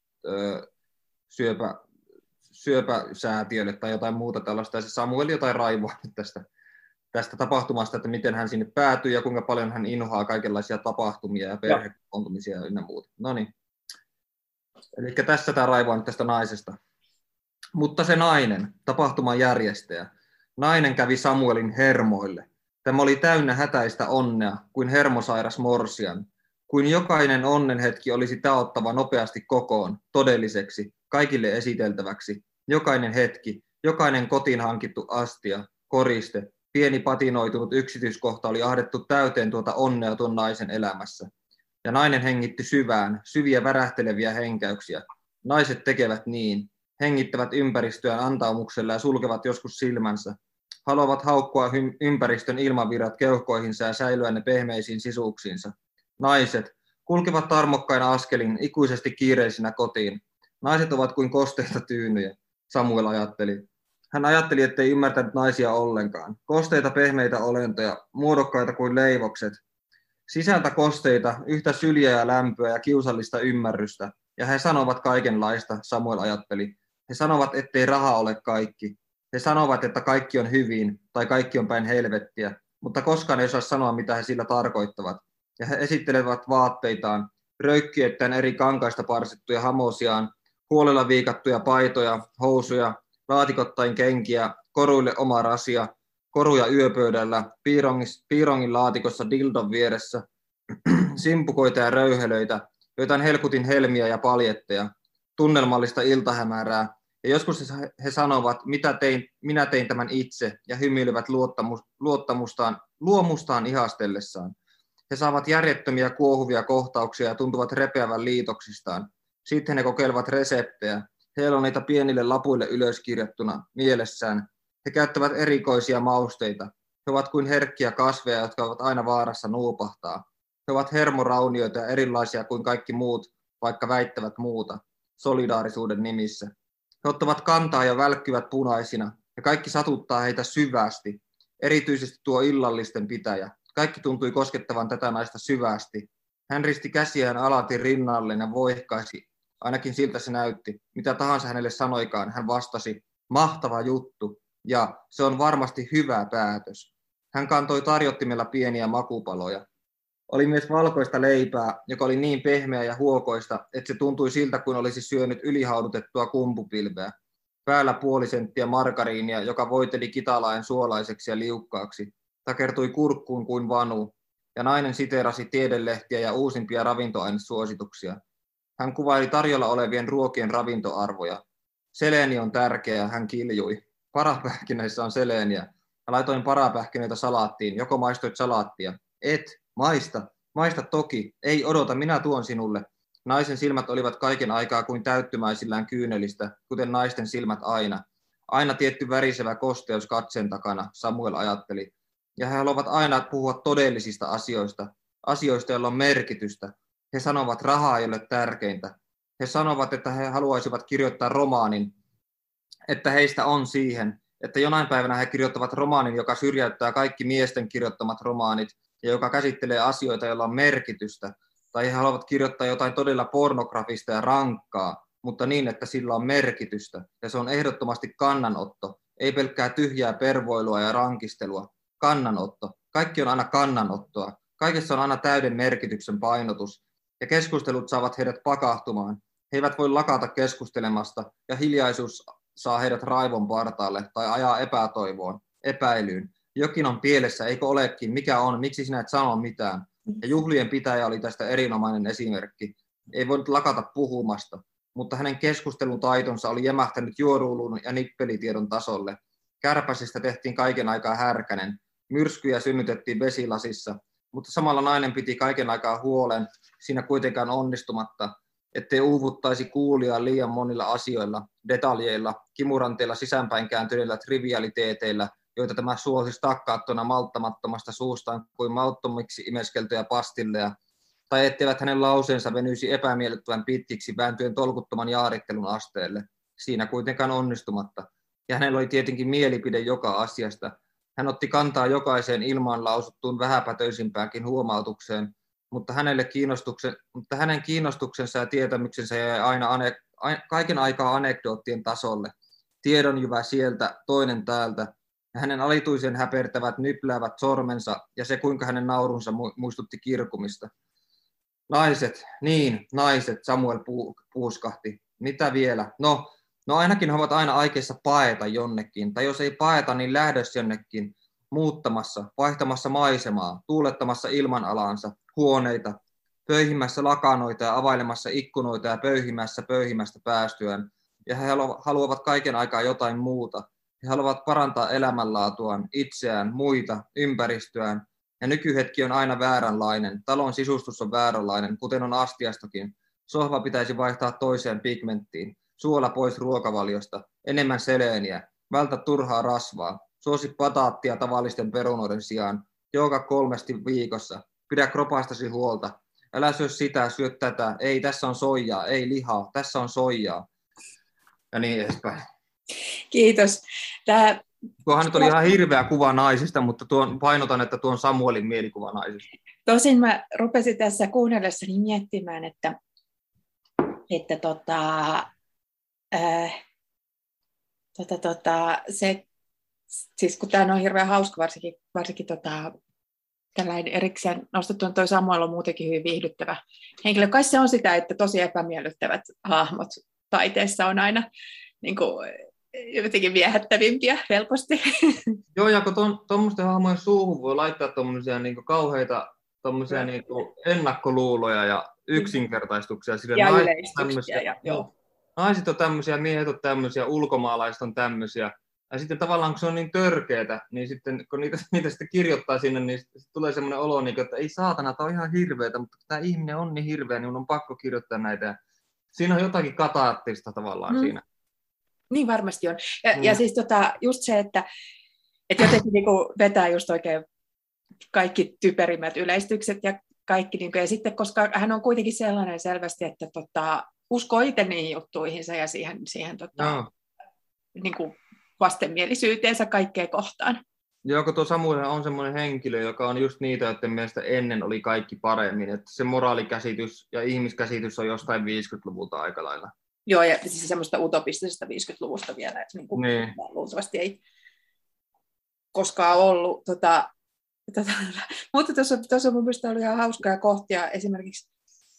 syöpäsäätiölle tai jotain muuta tällaista. Ja se Samuel jotain raivoa tästä tapahtumasta, että miten hän sinne päätyy ja kuinka paljon hän inhoaa kaikenlaisia tapahtumia ja perhekoontumisia ja muuta. No niin. Eli tässä tämä raivoa nyt tästä naisesta. Mutta se nainen, tapahtuman järjestäjä, nainen kävi Samuelin hermoille. Tämä oli täynnä hätäistä onnea, kuin hermosairas morsian. Kuin jokainen onnenhetki olisi taottava nopeasti kokoon, todelliseksi, kaikille esiteltäväksi. Jokainen hetki, jokainen kotiin hankittu astia, koriste, pieni patinoitunut yksityiskohta oli ahdettu täyteen tuota onnea tuon naisen elämässä. Ja nainen hengitti syviä värähteleviä henkäyksiä. Naiset tekevät niin. Hengittävät ympäristöään antaumuksella ja sulkevat joskus silmänsä. Haluavat haukkua ympäristön ilmavirrat keuhkoihinsa ja säilyä ne pehmeisiin sisuuksiinsa. Naiset kulkevat tarmokkaina askelin ikuisesti kiireisinä kotiin. Naiset ovat kuin kosteita tyynyjä, Samuel ajatteli. Hän ajatteli, ettei ymmärtänyt naisia ollenkaan. Kosteita pehmeitä olentoja, muodokkaita kuin leivokset. Sisältä kosteita, yhtä syliä ja lämpöä ja kiusallista ymmärrystä. Ja he sanovat kaikenlaista, Samuel ajatteli. He sanovat, ettei raha ole kaikki. He sanovat, että kaikki on hyvin tai kaikki on päin helvettiä. mutta koskaan ei osaa sanoa, mitä he sillä tarkoittavat. Ja he esittelevät vaatteitaan, röykkiöittäin eri kankaista parsittuja hamosiaan, huolella viikattuja paitoja, housuja, laatikottain kenkiä, koruille oma rasia, koruja yöpöydällä, piirongin laatikossa dildon vieressä, simpukoita ja röyhelöitä, joitain helkutin helmiä ja paljetteja, tunnelmallista iltahämärää, ja joskus he sanovat, minä tein tämän itse, ja hymyilevät luomustaan ihastellessaan. He saavat järjettömiä kuohuvia kohtauksia ja tuntuvat repeävän liitoksistaan. Sitten he kokeilevat reseptejä. Heillä on niitä pienille lapuille ylöskirjattuna mielessään. He käyttävät erikoisia mausteita. He ovat kuin herkkiä kasveja, jotka ovat aina vaarassa nuupahtaa. He ovat hermoraunioita ja erilaisia kuin kaikki muut, vaikka väittävät muuta, solidaarisuuden nimissä. He ottavat kantaa ja välkkyvät punaisina, ja kaikki satuttaa heitä syvästi, erityisesti tuo illallisten pitäjä. Kaikki tuntui koskettavan tätä naista syvästi. Hän risti käsiään alati rinnalleen ja voihkaisi, ainakin siltä se näytti. Mitä tahansa hänelle sanoikaan, hän vastasi, mahtava juttu, ja se on varmasti hyvä päätös. Hän kantoi tarjottimella pieniä makupaloja. Oli myös valkoista leipää, joka oli niin pehmeä ja huokoista, että se tuntui siltä, kuin olisi syönyt ylihaudutettua kumpupilveä. Päällä 0,5 senttiä margariinia, joka voiteli kitalaen suolaiseksi ja liukkaaksi. Takertui kurkkuun kuin vanu, ja nainen siteerasi tiedelehtiä ja uusimpia ravintoainesuosituksia. Hän kuvaili tarjolla olevien ruokien ravintoarvoja. Seleeni on tärkeä, hän kiljui. Parapähkinöissä on seleeniä. Mä laitoin parapähkinöitä salaattiin. Joko maistoit salaattia? Et. Maista toki. Ei odota, minä tuon sinulle. Naisen silmät olivat kaiken aikaa kuin täyttymäisillään kyynelistä, kuten naisten silmät aina. Aina tietty värisevä kosteus katseen takana, Samuel ajatteli. Ja he haluavat aina puhua todellisista asioista, joilla on merkitystä. He sanovat, rahaa ei ole tärkeintä. He sanovat, että he haluaisivat kirjoittaa romaanin, että heistä on siihen, että jonain päivänä he kirjoittavat romaanin, joka syrjäyttää kaikki miesten kirjoittamat romaanit ja joka käsittelee asioita, joilla on merkitystä. Tai he haluavat kirjoittaa jotain todella pornografista ja rankkaa, mutta niin, että sillä on merkitystä. Ja se on ehdottomasti kannanotto, ei pelkkää tyhjää pervoilua ja rankistelua. Kannanotto. Kaikki on aina kannanottoa. Kaikessa on aina täyden merkityksen painotus. Ja keskustelut saavat heidät pakahtumaan. He eivät voi lakata keskustelemasta, ja hiljaisuus saa heidät raivon partaalle tai ajaa epätoivoon, epäilyyn. Jokin on pielessä, eikö olekin? Mikä on? Miksi sinä et sano mitään? Ja juhlien pitäjä oli tästä erinomainen esimerkki. Ei voinut lakata puhumasta, mutta hänen keskustelun taitonsa oli jämähtänyt juoruulun ja nippelitiedon tasolle. Kärpäsistä tehtiin kaiken aikaa härkänen. Myrskyjä synnytettiin vesilasissa, mutta samalla nainen piti kaiken aikaa huolen, siinä kuitenkaan onnistumatta, ettei uuvuttaisi kuulijaa liian monilla asioilla, detaljeilla, kimuranteilla sisäänpäin kääntyneillä trivialiteeteillä, joita tämä suosisi takkaattona malttamattomasta suustaan kuin mauttomiksi imeskeltyjä pastilleja, tai etteivät hänen lauseensa venyisi epämiellyttävän pitkiksi vääntyen tolkuttoman jaarittelun asteelle, siinä kuitenkaan onnistumatta. Ja hänellä oli tietenkin mielipide joka asiasta. Hän otti kantaa jokaiseen ilmaan lausuttuun vähäpätöisimpäänkin huomautukseen, mutta hänen kiinnostuksensa ja tietämyksensä jäi aina kaiken aikaa anekdoottien tasolle. Tiedonjyvä sieltä, toinen täältä, ja hänen alituisen häpertävät nypläävät sormensa ja se, kuinka hänen naurunsa muistutti kirkumista. Naiset, Samuel puuskahti. Mitä vielä? No ainakin he ovat aina aikeissa paeta jonnekin, tai jos ei paeta, niin lähdössä jonnekin, muuttamassa, vaihtamassa maisemaa, tuulettamassa ilmanalaansa, huoneita, pöyhimässä lakanoita ja availemassa ikkunoita ja pöyhimästä päästyään. Ja he haluavat kaiken aikaa jotain muuta. He haluavat parantaa elämänlaatuaan, itseään, muita, ympäristöään. Ja nykyhetki on aina vääränlainen. Talon sisustus on vääränlainen, kuten on astiastokin. Sohva pitäisi vaihtaa toiseen pigmenttiin. Suola pois ruokavaliosta. Enemmän seleeniä. Vältä turhaa rasvaa. Suosi pataattia tavallisten perunoiden sijaan. Joka 3 viikossa. Pidä kropastasi huolta. Älä syö sitä, syö tätä. Ei, tässä on soijaa. Ei lihaa, tässä on soijaa. Ja niin edespäin. Kiitos. Tuohan nyt oli ihan hirveä kuva naisista, mutta painotan, että tuo on Samuelin mielikuva naisista. Tosin mä rupesin tässä kuunnellessani miettimään, että siis kun tämä on hirveän hauska, varsinkin tällainen erikseen nostettu, on toi Samuel on muutenkin hyvin viihdyttävä henkilö. Kai se on sitä, että tosi epämiellyttävät hahmot taiteessa on aina niin kuin, jotenkin viehättävimpiä helposti. Joo, ja kun tuommoisten hahmojen suuhun voi laittaa tuommoisia niin kauheita niin ennakkoluuloja ja yksinkertaistuksia. Ja yleistyksiä. Naiset on tämmöisiä, miehet on tämmöisiä, ulkomaalaiset on tämmöisiä. Ja sitten tavallaan, kun se on niin törkeetä, niin sitten kun niitä sitten kirjoittaa sinne, niin sitten tulee semmoinen olo, että ei saatana, tämä on ihan hirveetä, mutta kun tämä ihminen on niin hirveä, niin on pakko kirjoittaa näitä. Ja siinä on jotakin kataattista tavallaan siinä. Niin varmasti on. Ja siis just se, että jotenkin niinku vetää just oikein kaikki typerimmät yleistykset ja kaikki. Niinku, ja sitten, koska hän on kuitenkin sellainen selvästi, että uskoo itse niihin juttuihinsa ja siihen niinku vastenmielisyyteensä kaikkea kohtaan. Joo, kun tuo Samuel on semmoinen henkilö, joka on just niitä, joiden mielestä ennen oli kaikki paremmin. Että se moraalikäsitys ja ihmiskäsitys on jostain 50-luvulta aika lailla. Joo, ja siis semmoista utopistisesta 50-luvusta vielä, että niin. Luultavasti ei koskaan ollut. Mutta tuossa on mun mielestä ollut ihan hauskaa kohtia, esimerkiksi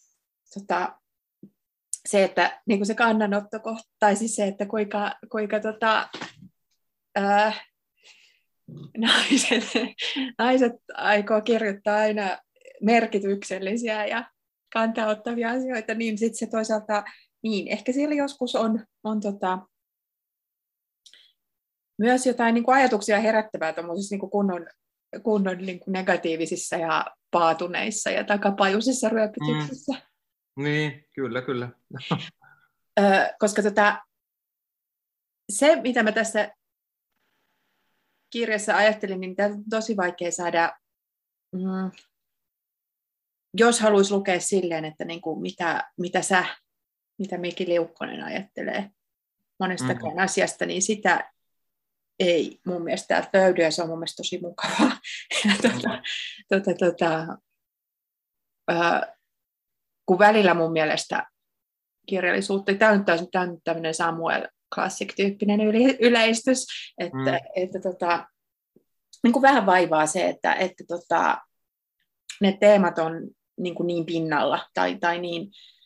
se, että niin se kannanottokohta, tai siis se, että kuinka naiset aikoo kirjoittaa aina merkityksellisiä ja kantaa ottavia asioita, niin sitten se toisaalta, niin ehkä siellä joskus on myös jotain niin kuin ajatuksia herättävää tuollaisissa niin kunnon niin kuin negatiivisissa ja paatuneissa ja takapajuisissa ryöpytyksissä. Niin, kyllä. Koska se, mitä mä tässä kirjassa ajattelin, niin tämä on tosi vaikea saada, jos haluaisi lukea silleen, että niin kuin mitä Miki Liukkonen ajattelee monestakaan asiasta, niin sitä ei mun mielestä täältä löydy, ja se on mun mielestä tosi mukavaa. Kun välillä mun mielestä kirjallisuutta, tämä on nyt tämmöinen Samuel Classic-tyyppinen yleistys, että niin kuin vähän vaivaa se, että ne teemat on niin pinnalla tai niin,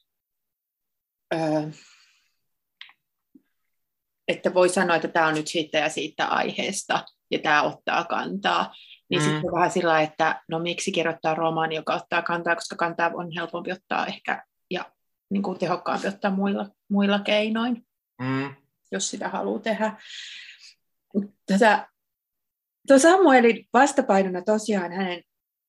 että voi sanoa, että tämä on nyt siitä ja siitä aiheesta ja tämä ottaa kantaa. Niin sitten vähän sillä, että no miksi kirjoittaa romaani, joka ottaa kantaa, koska kantaa on helpompi ottaa ehkä ja niin kuin tehokkaampi ottaa muilla keinoin, jos sitä haluaa tehdä. Tuo Samuelin vastapainona tosiaan hänen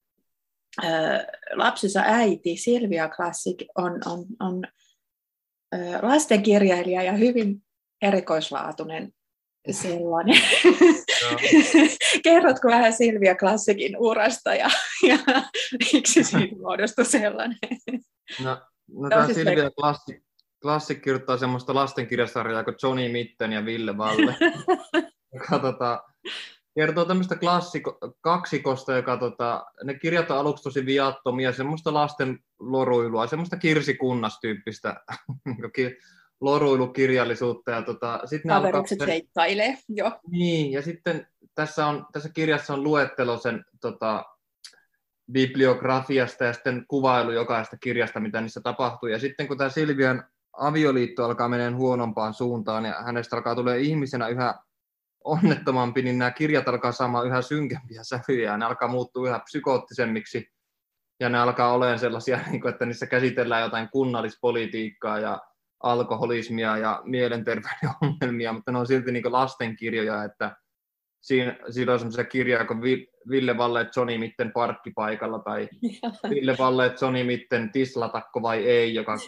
lapsensa äiti Silvia Classic on lastenkirjailija ja hyvin erikoislaatuinen sellainen. Kerrotko vähän Silvia Classicin urasta ja miksi siitä muodostui sellainen? No tämä Silvia Classic kirjoittaa semmoista lastenkirjasarjaa kuin Johnny Mitten ja Ville Valle, joka kertoo tämmöistä kaksikosta, joka ne kirjat on aluksi tosi viattomia, semmoista lasten loruilua, semmoista Kirsi-Kunnas-tyyppistä loruilukirjallisuutta. Ja kaverukset seittailee, joo. Niin, ja sitten tässä kirjassa on luettelo sen bibliografiasta ja sitten kuvailu jokaista kirjasta, mitä niissä tapahtuu. Ja sitten kun tämä Silvian avioliitto alkaa mennä huonompaan suuntaan ja hänestä alkaa tulee ihmisenä yhä onnettomampi, niin nämä kirjat alkaa saamaan yhä synkempiä sävyjä ja ne alkaa muuttua yhä psykoottisemmiksi ja ne alkaa olemaan sellaisia, että niissä käsitellään jotain kunnallispolitiikkaa ja alkoholismia ja mielenterveyden ongelmia, mutta ne on silti niin lastenkirjoja, että siinä on sellaisia kirjoja kuin Ville Valle Johnny Mitten parkkipaikalla tai Ville Valle Johnny Mitten tislatakko vai ei, joka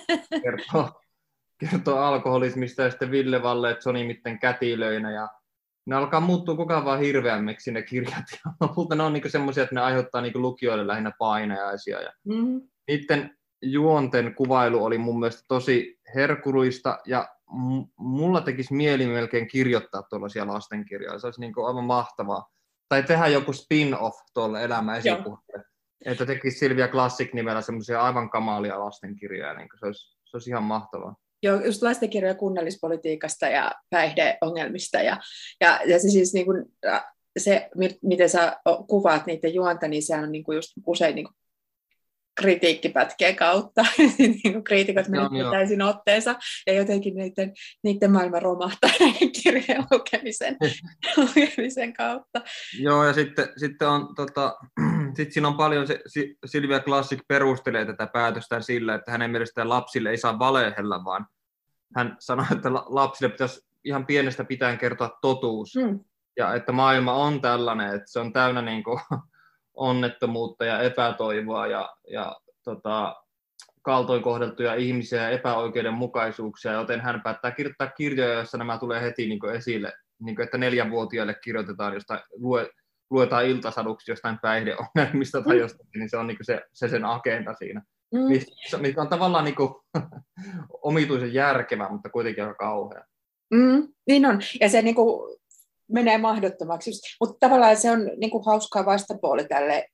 kertoo alkoholismista ja sitten Ville Valle Johnny Mitten kätilöinä ja ne alkaa muuttua koko ajan vaan hirveämmiksi ne kirjat ja lopulta ne on niin semmoisia, että ne aiheuttaa niin lukijoille lähinnä painajaisia ja niiden juonten kuvailu oli mun mielestä tosi herkullista ja mulla tekisi mieli melkein kirjoittaa tuollaisia lastenkirjoja. Se olisi niin kuin aivan mahtavaa. Tai tehdä joku spin-off tuolle Elämä esipuheelle. Että tekisi Silvia Classic nimellä semmoisia aivan kamalia lastenkirjoja. Niin se olisi ihan mahtavaa. Joo, just lastenkirjoja kunnallispolitiikasta ja päihdeongelmista. Ja se siis niin kuin, se, miten sä kuvaat niiden juonta, niin se on niin kuin just usein niin kuin kritiikkipätkien kautta. Niin kriitikot menivät täysin otteensa ja jotenkin niiden maailma romahtaa kirjojen lukemisen kautta. Joo, ja sitten on, sit siinä on paljon, Sylvia Classic perustelee tätä päätöstä sillä, että hänen mielestään lapsille ei saa valehella, vaan hän sanoi, että lapsille pitäisi ihan pienestä pitäen kertoa totuus. Ja että maailma on tällainen, että se on täynnä niin kuin onnettomuutta ja epätoivoa ja kaltoinkohdeltuja ihmisiä ja epäoikeudenmukaisuuksia, joten hän päättää kirjoittaa kirjoja, joissa nämä tulee heti niin kuin esille, niin kuin, että 4-vuotiaille kirjoitetaan, josta luetaan iltasaduksi jostain päihdeongelmista tai jostakin, niin se on niin kuin se sen agenda siinä. Mikä on tavallaan niin kuin omituisen järkevä, mutta kuitenkin aika kauhea. Niin on, ja se niin kuin menee mahdottomaksi. Mutta tavallaan se on niin kuin hauskaa vastapuoli tälle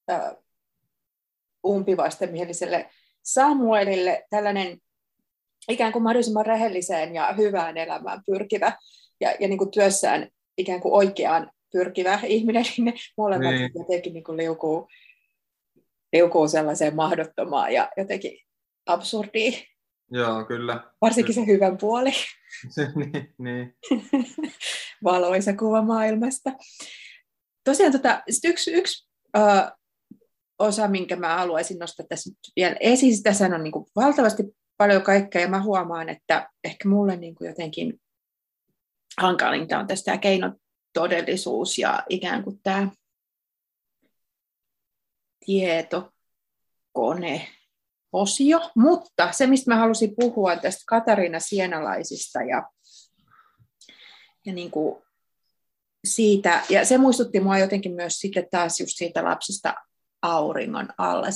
umpivastenmieliselle Samuelille, tällainen ikään kuin mahdollisimman rehelliseen ja hyvään elämään pyrkivä ja niin kuin työssään ikään kuin oikeaan pyrkivä ihminen, niin ne molemmat jotenkin niin kuin liukuu sellaiseen mahdottomaan ja jotenkin absurdiin. Joo, kyllä. Varsinkin se hyvän puoli. niin. Valoisa kuva maailmasta. Tosiaan yksi osa, minkä mä haluaisin nostaa tässä vielä esiin, tässä on niin kuin valtavasti paljon kaikkea, ja mä huomaan, että ehkä mulle niin kuin jotenkin hankalinta on tästä keinotodellisuus ja ikään kuin tämä tietokone-osio, mutta se, mistä mä halusin puhua, on tästä Katariina Sienalaisista ja niin kuin siitä, ja se muistutti mua jotenkin myös sitten taas just siitä lapsesta auringon alla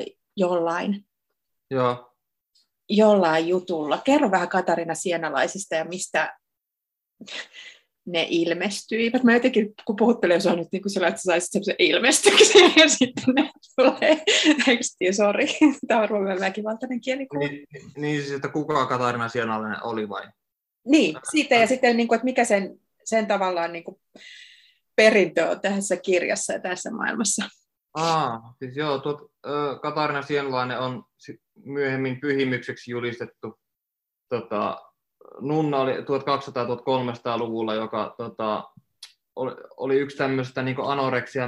jollain jutulla. Kerro vähän Katariina Sienalaisista ja mistä ne ilmestyivät. Mä jotenkin, kun puhuttelin, jos on nyt niin kuin sillä, että sä saisit semmoisen ilmestyksen ja sitten ne tulee tekstiä, sori, tämä on varmaan väkivaltainen kielikuva. Niin siis, että kuka Katariina Sienalainen oli vai? Niin, siitä ja sitten, niin kuin, että mikä sen tavallaan niin kuin perintö on tässä kirjassa ja tässä maailmassa. Siis joo, Katariina Sienalainen on myöhemmin pyhimykseksi julistettu nunna oli 1200-1300-luvulla, joka oli yksi tämmöistä niin kuin anoreksia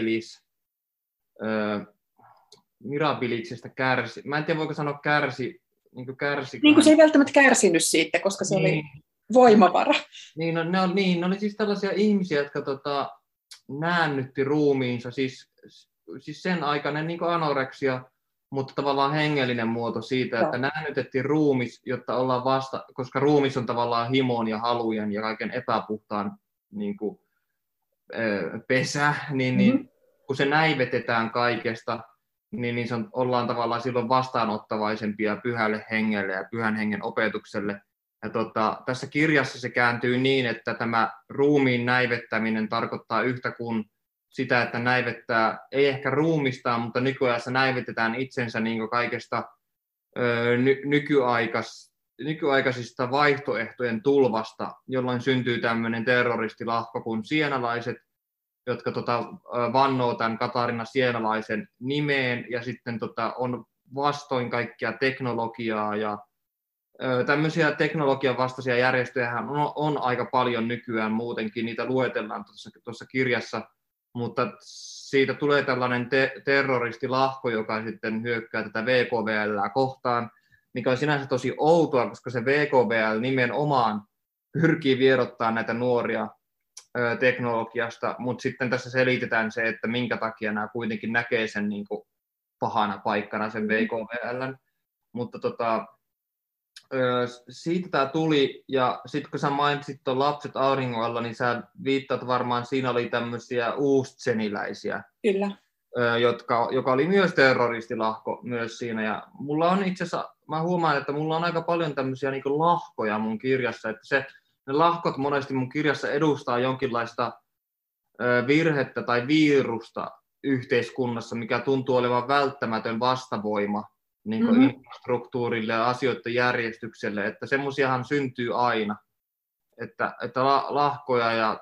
mirabiliksesta kärsi. Mä en tiedä, voiko sanoa kärsi. Niin kuin se ei välttämättä kärsinyt siitä, koska se oli voimavara. Ne oli siis tällaisia ihmisiä, jotka näännytti ruumiinsa, siis sen aikainen niin kuin anoreksia, mutta tavallaan hengellinen muoto siitä, että näännytettiin ruumis, jotta ollaan koska ruumis on tavallaan himon ja halujen ja kaiken epäpuhtaan niin kuin, pesä, niin kun se näivetetään kaikesta, niin ollaan tavallaan silloin vastaanottavaisempia pyhälle hengelle ja pyhän hengen opetukselle. Ja tässä kirjassa se kääntyy niin, että tämä ruumiin näivettäminen tarkoittaa yhtä kuin sitä, että näivettää, ei ehkä ruumistaan, mutta nykyajassa näivetetään itsensä niin kuin kaikesta nykyaikaisista vaihtoehtojen tulvasta, jolloin syntyy tämmöinen terroristilahko kuin sienalaiset, jotka vannoo tämän Katariina Sienalaisen nimeen ja sitten on vastoin kaikkia teknologiaa ja tämmöisiä teknologian vastaisia järjestöjä on aika paljon nykyään muutenkin, niitä luetellaan tuossa kirjassa, mutta siitä tulee tällainen terroristilahko, joka sitten hyökkää tätä VKVL:ää kohtaan, mikä on sinänsä tosi outoa, koska se VKVL nimenomaan pyrkii vierottamaan näitä nuoria teknologiasta, mutta sitten tässä selitetään se, että minkä takia nämä kuitenkin näkee sen niin kuin pahana paikkana sen VKVL:n, mutta siitä tämä tuli, ja sitten kun sä mainitsit tuon lapset auringon alla, niin sä viittaat varmaan, siinä oli tämmöisiä uustseniläisiä, kyllä, joka oli myös terroristilahko myös siinä, ja mulla on itse asiassa, mä huomaan, että mulla on aika paljon tämmöisiä niin kuin lahkoja mun kirjassa, että ne lahkot monesti mun kirjassa edustaa jonkinlaista virhettä tai virusta yhteiskunnassa, mikä tuntuu olevan välttämätön vastavoima niin kuin infrastruktuurille ja asioiden järjestykselle, että semmoisiahan syntyy aina, että lahkoja ja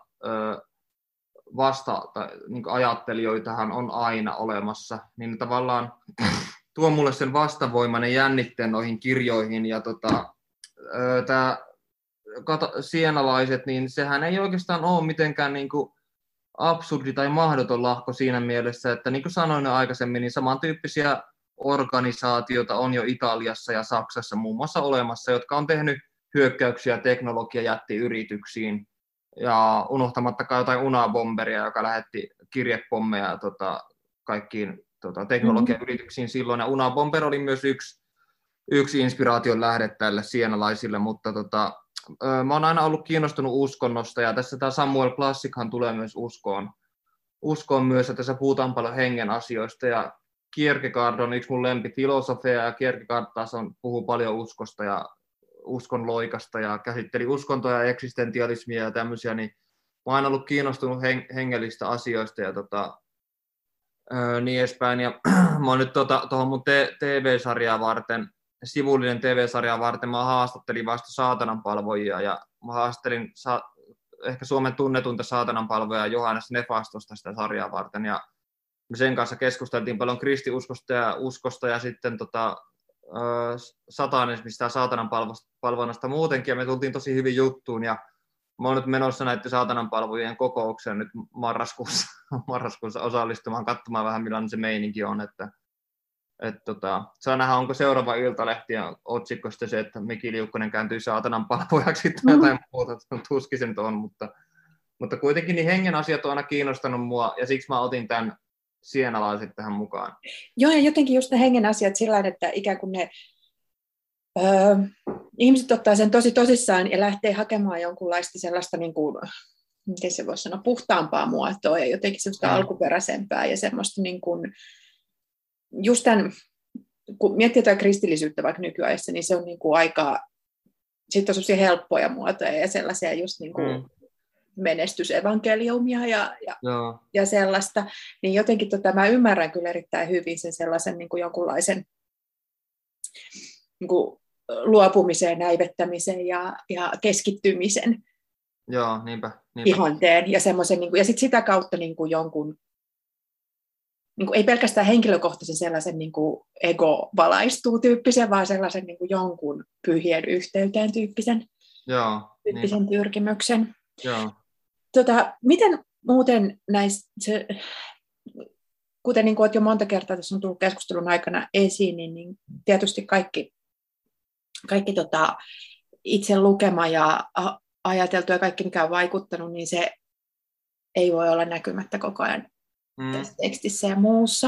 niin kuin ajattelijoitahan on aina olemassa, niin tavallaan tuo mulle sen vastavoimainen jännitteen noihin kirjoihin, ja tämä sienalaiset, niin sehän ei oikeastaan ole mitenkään niin kuin absurdi tai mahdoton lahko siinä mielessä, että niin kuin sanoin jo aikaisemmin, niin samantyyppisiä organisaatioita on jo Italiassa ja Saksassa muun muassa olemassa, jotka on tehnyt hyökkäyksiä teknologiajättiyrityksiin, ja unohtamattakaan jotain Unabomberia, joka lähetti kirjepommeja kaikkiin teknologiayrityksiin silloin, ja Unabomber oli myös yksi inspiraation lähde tälle sienalaisille, mutta mä oon aina ollut kiinnostunut uskonnosta, ja tässä tämä Samuel Klassikhan tulee myös uskoon myös, että tässä puhutaan paljon hengen asioista, ja Kierkegaard on yksi mun lempifilosofeja, ja Kierkegaard taas puhuu paljon uskosta ja uskon loikasta, ja käsitteli uskontoja ja eksistentialismia ja tämmöisiä, niin mä oon aina ollut kiinnostunut hengellistä asioista ja niin edespäin, ja mä oon nyt tuohon mun TV-sarjaa varten, sivullinen TV-sarjaa varten, mä haastattelin vasta saatananpalvojia, ja mä haastattelin ehkä Suomen tunnetunta saatananpalvoja Johannes Nefastosta sitä sarjaa varten, ja me sen kanssa keskusteltiin paljon kristiuskosta ja uskosta, ja sitten satanismista ja saatananpalvonnasta muutenkin, ja me tultiin tosi hyvin juttuun, ja mä oon nyt menossa näiden saatananpalvojien kokoukseen nyt marraskuussa osallistumaan, katsomaan vähän millainen se meininki on, että saa nähdä, onko seuraava Iltalehti ja otsikko sitten se, että Miki Liukkonen kääntyy saatananpalvojaksi tai jotain muuta, tuskin se nyt on, mutta kuitenkin niin hengen asiat on aina kiinnostanut mua, ja siksi mä otin tämän sienalaiset tähän mukaan. Joo, ja jotenkin just ne hengen asiat sillä tavalla, että ikään kuin ne ihmiset ottaa sen tosi tosissaan ja lähtee hakemaan jonkunlaista sellaista, niin kuin, miten se voisi sanoa, puhtaampaa muotoa ja jotenkin sellaista alkuperäisempää ja semmoista niin kuin, just tämän, kun miettii jotain kristillisyyttä vaikka nykyajassa, niin se on niin kuin aika, sitten on sellaisia helppoja muotoja ja sellaisia just niin kuin menestysevankeliumia ja sellaista, niin jotenkin mä ymmärrän kyllä erittäin hyvin sen sellaisen niin kuin jonkunlaisen niin kuin luopumisen, näivettämisen ja keskittymisen ihanteen ja semmoisen, niin kuin, ja sitä kautta niin kuin jonkun, niin kuin, ei pelkästään henkilökohtaisen sellaisen niin kuin ego valaistuu tyyppisen, vaan sellaisen niin kuin jonkun pyhien yhteyteen tyyppisen pyrkimyksen. Joo. Miten muuten näissä, kuten niin kuin olet jo monta kertaa tässä on tullut keskustelun aikana esiin, niin tietysti kaikki itse lukema ja ajateltu ja kaikki, mikä on vaikuttanut, niin se ei voi olla näkymättä koko ajan tässä tekstissä ja muussa.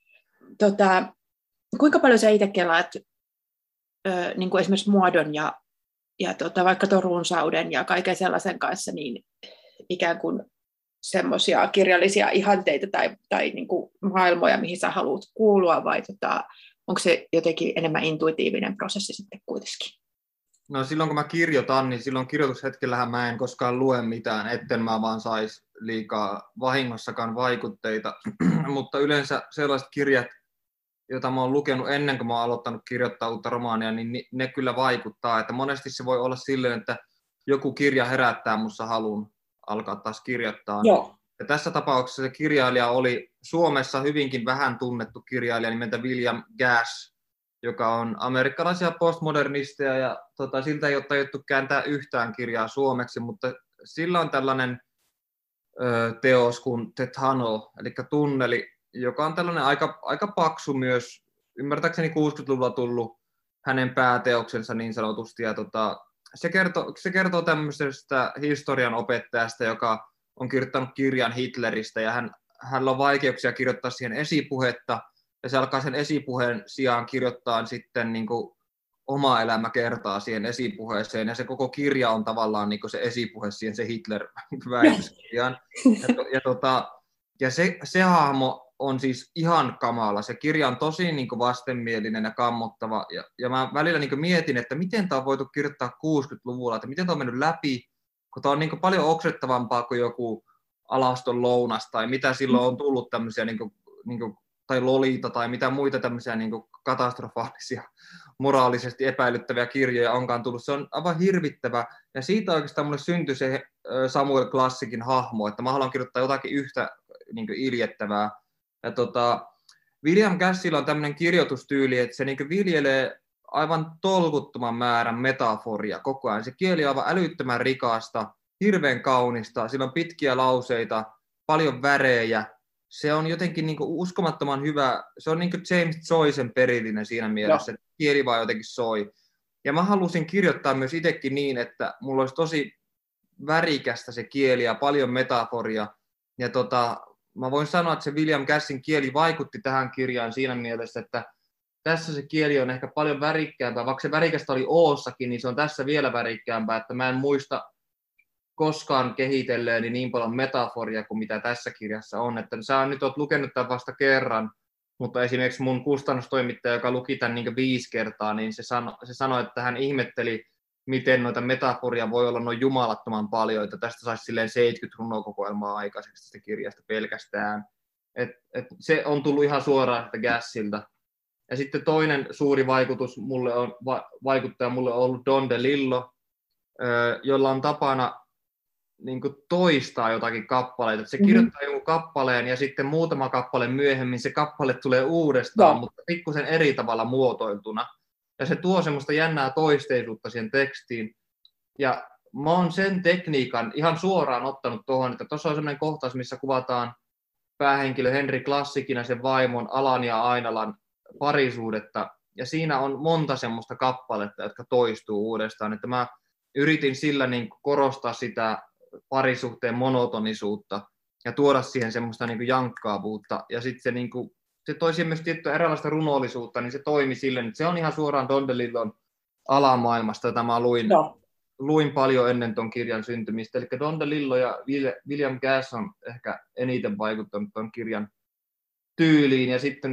Kuinka paljon sä itse kelaat niin kuin esimerkiksi muodon ja vaikka tuon runsauden ja kaiken sellaisen kanssa, niin ikään kuin semmoisia kirjallisia ihanteita tai niin kuin maailmoja, mihin sä haluat kuulua, vai onko se jotenkin enemmän intuitiivinen prosessi sitten kuitenkin? No silloin kun mä kirjoitan, niin silloin kirjoitushetkellähän mä en koskaan lue mitään, etten mä vaan saisi liikaa vahingossakaan vaikutteita, mutta yleensä sellaiset kirjat, joita mä oon lukenut ennen kuin mä oon aloittanut kirjoittaa uutta romaania, niin ne kyllä vaikuttaa, että monesti se voi olla silleen, että joku kirja herättää musta halun alkaa taas kirjoittaa. Joo. Ja tässä tapauksessa se kirjailija oli Suomessa hyvinkin vähän tunnettu kirjailija nimeltä William Gash, joka on amerikkalaisia postmodernisteja, ja siltä ei ole tajuttu kääntää yhtään kirjaa suomeksi, mutta sillä on tällainen teos kuin The Tunnel, eli tunneli, joka on tällainen aika paksu myös, ymmärtääkseni 60-luvulla tullut hänen pääteoksensa niin sanotusti, ja se kertoo tämmöisestä historian opettajasta, joka on kirjoittanut kirjan Hitleristä, ja hänellä on vaikeuksia kirjoittaa siihen esipuhetta, ja se alkaa sen esipuheen sijaan kirjoittaa sitten niin kuin oma elämäkertaa siihen esipuheeseen, ja se koko kirja on tavallaan niin kuin se esipuhe siihen, se Hitler-väitöskirjaan. Ja se hahmo on siis ihan kamala. Se kirja on tosi niin kuin vastenmielinen ja kammottava, ja mä välillä niin kuin mietin, että miten tämä on voitu kirjoittaa 60-luvulla, että miten tämä on mennyt läpi, kun tämä on niin kuin paljon oksettavampaa kuin joku Alaston lounas, tai mitä silloin on tullut tämmöisiä niin kuin tai Lolita tai mitä muita tämmöisiä niin kuin katastrofaalisia, moraalisesti epäilyttäviä kirjoja onkaan tullut. Se on aivan hirvittävä, ja siitä oikeastaan mulle syntyi se Samuel Klassikin hahmo, että mä haluan kirjoittaa jotakin yhtä niin kuin iljettävää. Ja William Gassilla on tämmöinen kirjoitustyyli, että se niin kuin viljelee aivan tolkuttoman määrän metaforia koko ajan. Se kieli on aivan älyttömän rikasta, hirveän kaunista, sillä on pitkiä lauseita, paljon värejä. Se on jotenkin niin kuin uskomattoman hyvä, se on niin kuin James Joycen perillinen siinä mielessä, että kieli vaan jotenkin soi. Ja mä halusin kirjoittaa myös itsekin niin, että mulla olisi tosi värikästä se kieli ja paljon metaforia. Ja mä voin sanoa, että se William Gassin kieli vaikutti tähän kirjaan siinä mielessä, että tässä se kieli on ehkä paljon värikkäämpää. Vaikka se värikästä oli Oossakin, niin se on tässä vielä värikkäämpää, että mä en muista koskaan kehitelleeni niin paljon metaforia kuin mitä tässä kirjassa on. Että sä nyt oot lukenut tämän vasta kerran, mutta esimerkiksi mun kustannustoimittaja, joka luki tämän niin 5 kertaa, niin se sanoi, että hän ihmetteli, miten noita metaforia voi olla noin jumalattoman paljon, että tästä saisi silleen 70 runokokoelmaa aikaiseksi tästä kirjasta pelkästään. Se on tullut ihan suoraan Gassilta. Ja sitten toinen suuri vaikuttaja mulle on ollut Don DeLillo, jolla on tapana niin kuin toistaa jotakin kappaleita. Se kirjoittaa jonkun kappaleen ja sitten muutama kappale myöhemmin se kappale tulee uudestaan, mutta pikkusen eri tavalla muotoiltuna. Ja se tuo semmoista jännää toisteisuutta siihen tekstiin. Ja mä oon sen tekniikan ihan suoraan ottanut tuohon, että tuossa on semmoinen kohtaus, missä kuvataan päähenkilö Henri Klassikin ja sen vaimon Alan ja Ainalan parisuudetta. Ja siinä on monta semmoista kappaletta, jotka toistuu uudestaan. Että mä yritin sillä niin kuin korostaa sitä parisuhteen monotonisuutta ja tuoda siihen semmoista niin kuin jankkaavuutta. Ja sitten se, niin kuin, se toi siihen myös tiettyä eräänlaista runollisuutta, niin se toimi silleen, että se on ihan suoraan Don DeLillon alamaailmasta, jota mä luin paljon ennen ton kirjan syntymistä. Eli Don DeLillo ja William Gass on ehkä eniten vaikuttanut ton kirjan tyyliin. Ja sitten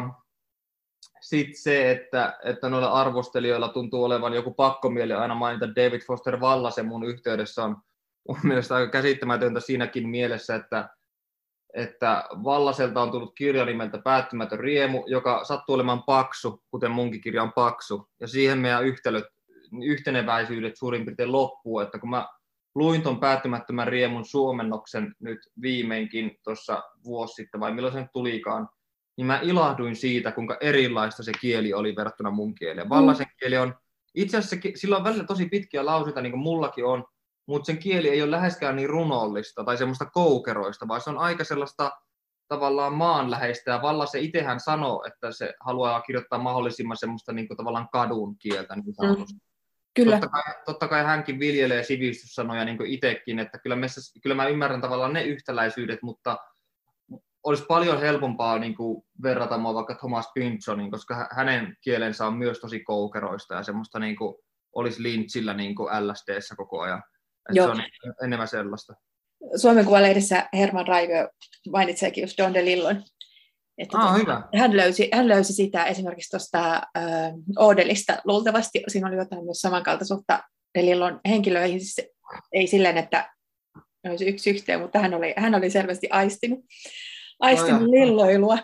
se, että noilla arvostelijoilla tuntuu olevan joku pakkomieli aina mainita David Foster Wallace mun yhteydessä on mun mielestä aika käsittämätöntä siinäkin mielessä, että Wallacelta on tullut kirja nimeltä Päättymätön riemu, joka sattuu olemaan paksu, kuten munkin kirja on paksu. Ja siihen meidän yhteneväisyydet suurin piirtein loppuu, että kun mä luin ton Päättymättömän riemun suomennoksen nyt viimeinkin tuossa vuosi sitten, vai milloin se nyt tulikaan, niin mä ilahduin siitä, kuinka erilaista se kieli oli verrattuna mun kieleen. Wallacen kieli on, itse asiassa sillä on välillä tosi pitkiä lauseita, niin kuin mullakin on, mutta sen kieli ei ole läheskään niin runollista tai semmoista koukeroista, vaan se on aika sellaista tavallaan maanläheistä. Ja Wallace itsehän sanoo, että se haluaa kirjoittaa mahdollisimman semmoista niin kuin tavallaan kadun kieltä. Niin Kyllä. Totta kai hänkin viljelee sivistyssanoja niin kuin itsekin, että kyllä mä ymmärrän tavallaan ne yhtäläisyydet, mutta olisi paljon helpompaa niin kuin verrata mua vaikka Thomas Pynchoniin, koska hänen kielensä on myös tosi koukeroista ja semmoista niin kuin olisi Lynchillä niin kuin LSD:ssä koko ajan. Se on enemmän sellaista. Suomen Kuvalehdessä Herman Raivio mainitseekin just Don DeLillon. Hyvä. Hän löysi sitä esimerkiksi tuosta Odelista luultavasti. Siinä oli jotain myös samankaltaisuutta DeLillon henkilöihin. Siis ei silleen, että olisi yksi yhteen, mutta hän oli selvästi aistinut lilloilua.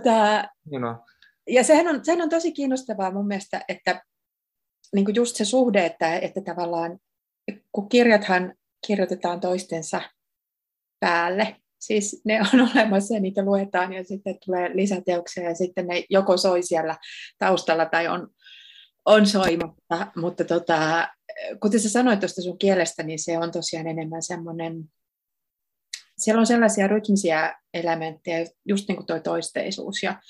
Ja sehän on tosi kiinnostavaa mun mielestä, että niin kuin just se suhde, että tavallaan kun kirjathan kirjoitetaan toistensa päälle, siis ne on olemassa ja niitä luetaan ja sitten tulee lisäteoksia ja sitten ne joko soi siellä taustalla tai on soimatta, mutta kuten sä sanoit tuosta sun kielestä, niin se on tosiaan enemmän semmoinen, siellä on sellaisia rytmisiä elementtejä, just niin kuin toi toisteisuus ja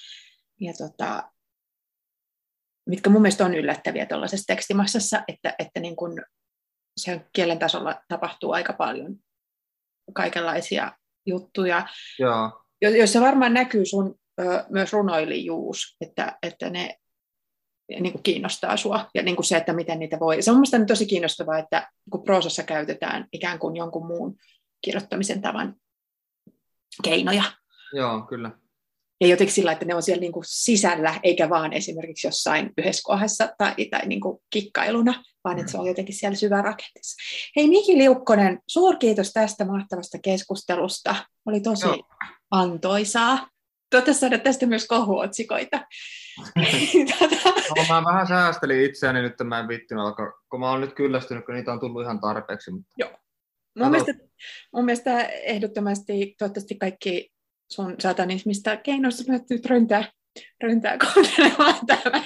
mitkä mun mielestä on yllättäviä tuollaisessa tekstimassassa, että niin kuin sen kielen tasolla tapahtuu aika paljon kaikenlaisia juttuja, joissa varmaan näkyy sun myös runoilijuus, että ne niin kuin kiinnostaa sua ja niin kuin se, että miten niitä voi. Se on mielestäni tosi kiinnostavaa, että kun proosassa käytetään ikään kuin jonkun muun kirjoittamisen tavan keinoja. Joo, kyllä. Ja jotenkin sillä, että ne on siellä niin kuin sisällä, eikä vaan esimerkiksi jossain yhdessä kohdassa tai niin kuin kikkailuna, vaan että se on jotenkin siellä syvärakenteessa. Hei Miki Liukkonen, suurkiitos tästä mahtavasta keskustelusta. Oli tosi antoisaa. Tuottaisi saada tästä myös kohuotsikoita. No, mä vähän säästelin itseäni nyt, mä en viittinyt alkaa, kun mä oon nyt kyllästynyt, kun niitä on tullut ihan tarpeeksi. Mutta... Joo. Mun mielestä ehdottomasti toivottavasti kaikki sun satanismista keinoista nyt ryntää kuuntelemaan tämän.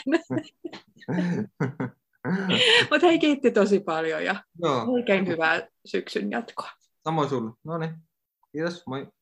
Mutta hei, kiitti tosi paljon ja oikein hyvää syksyn jatkoa. Samoin sulle. No niin, kiitos, moi.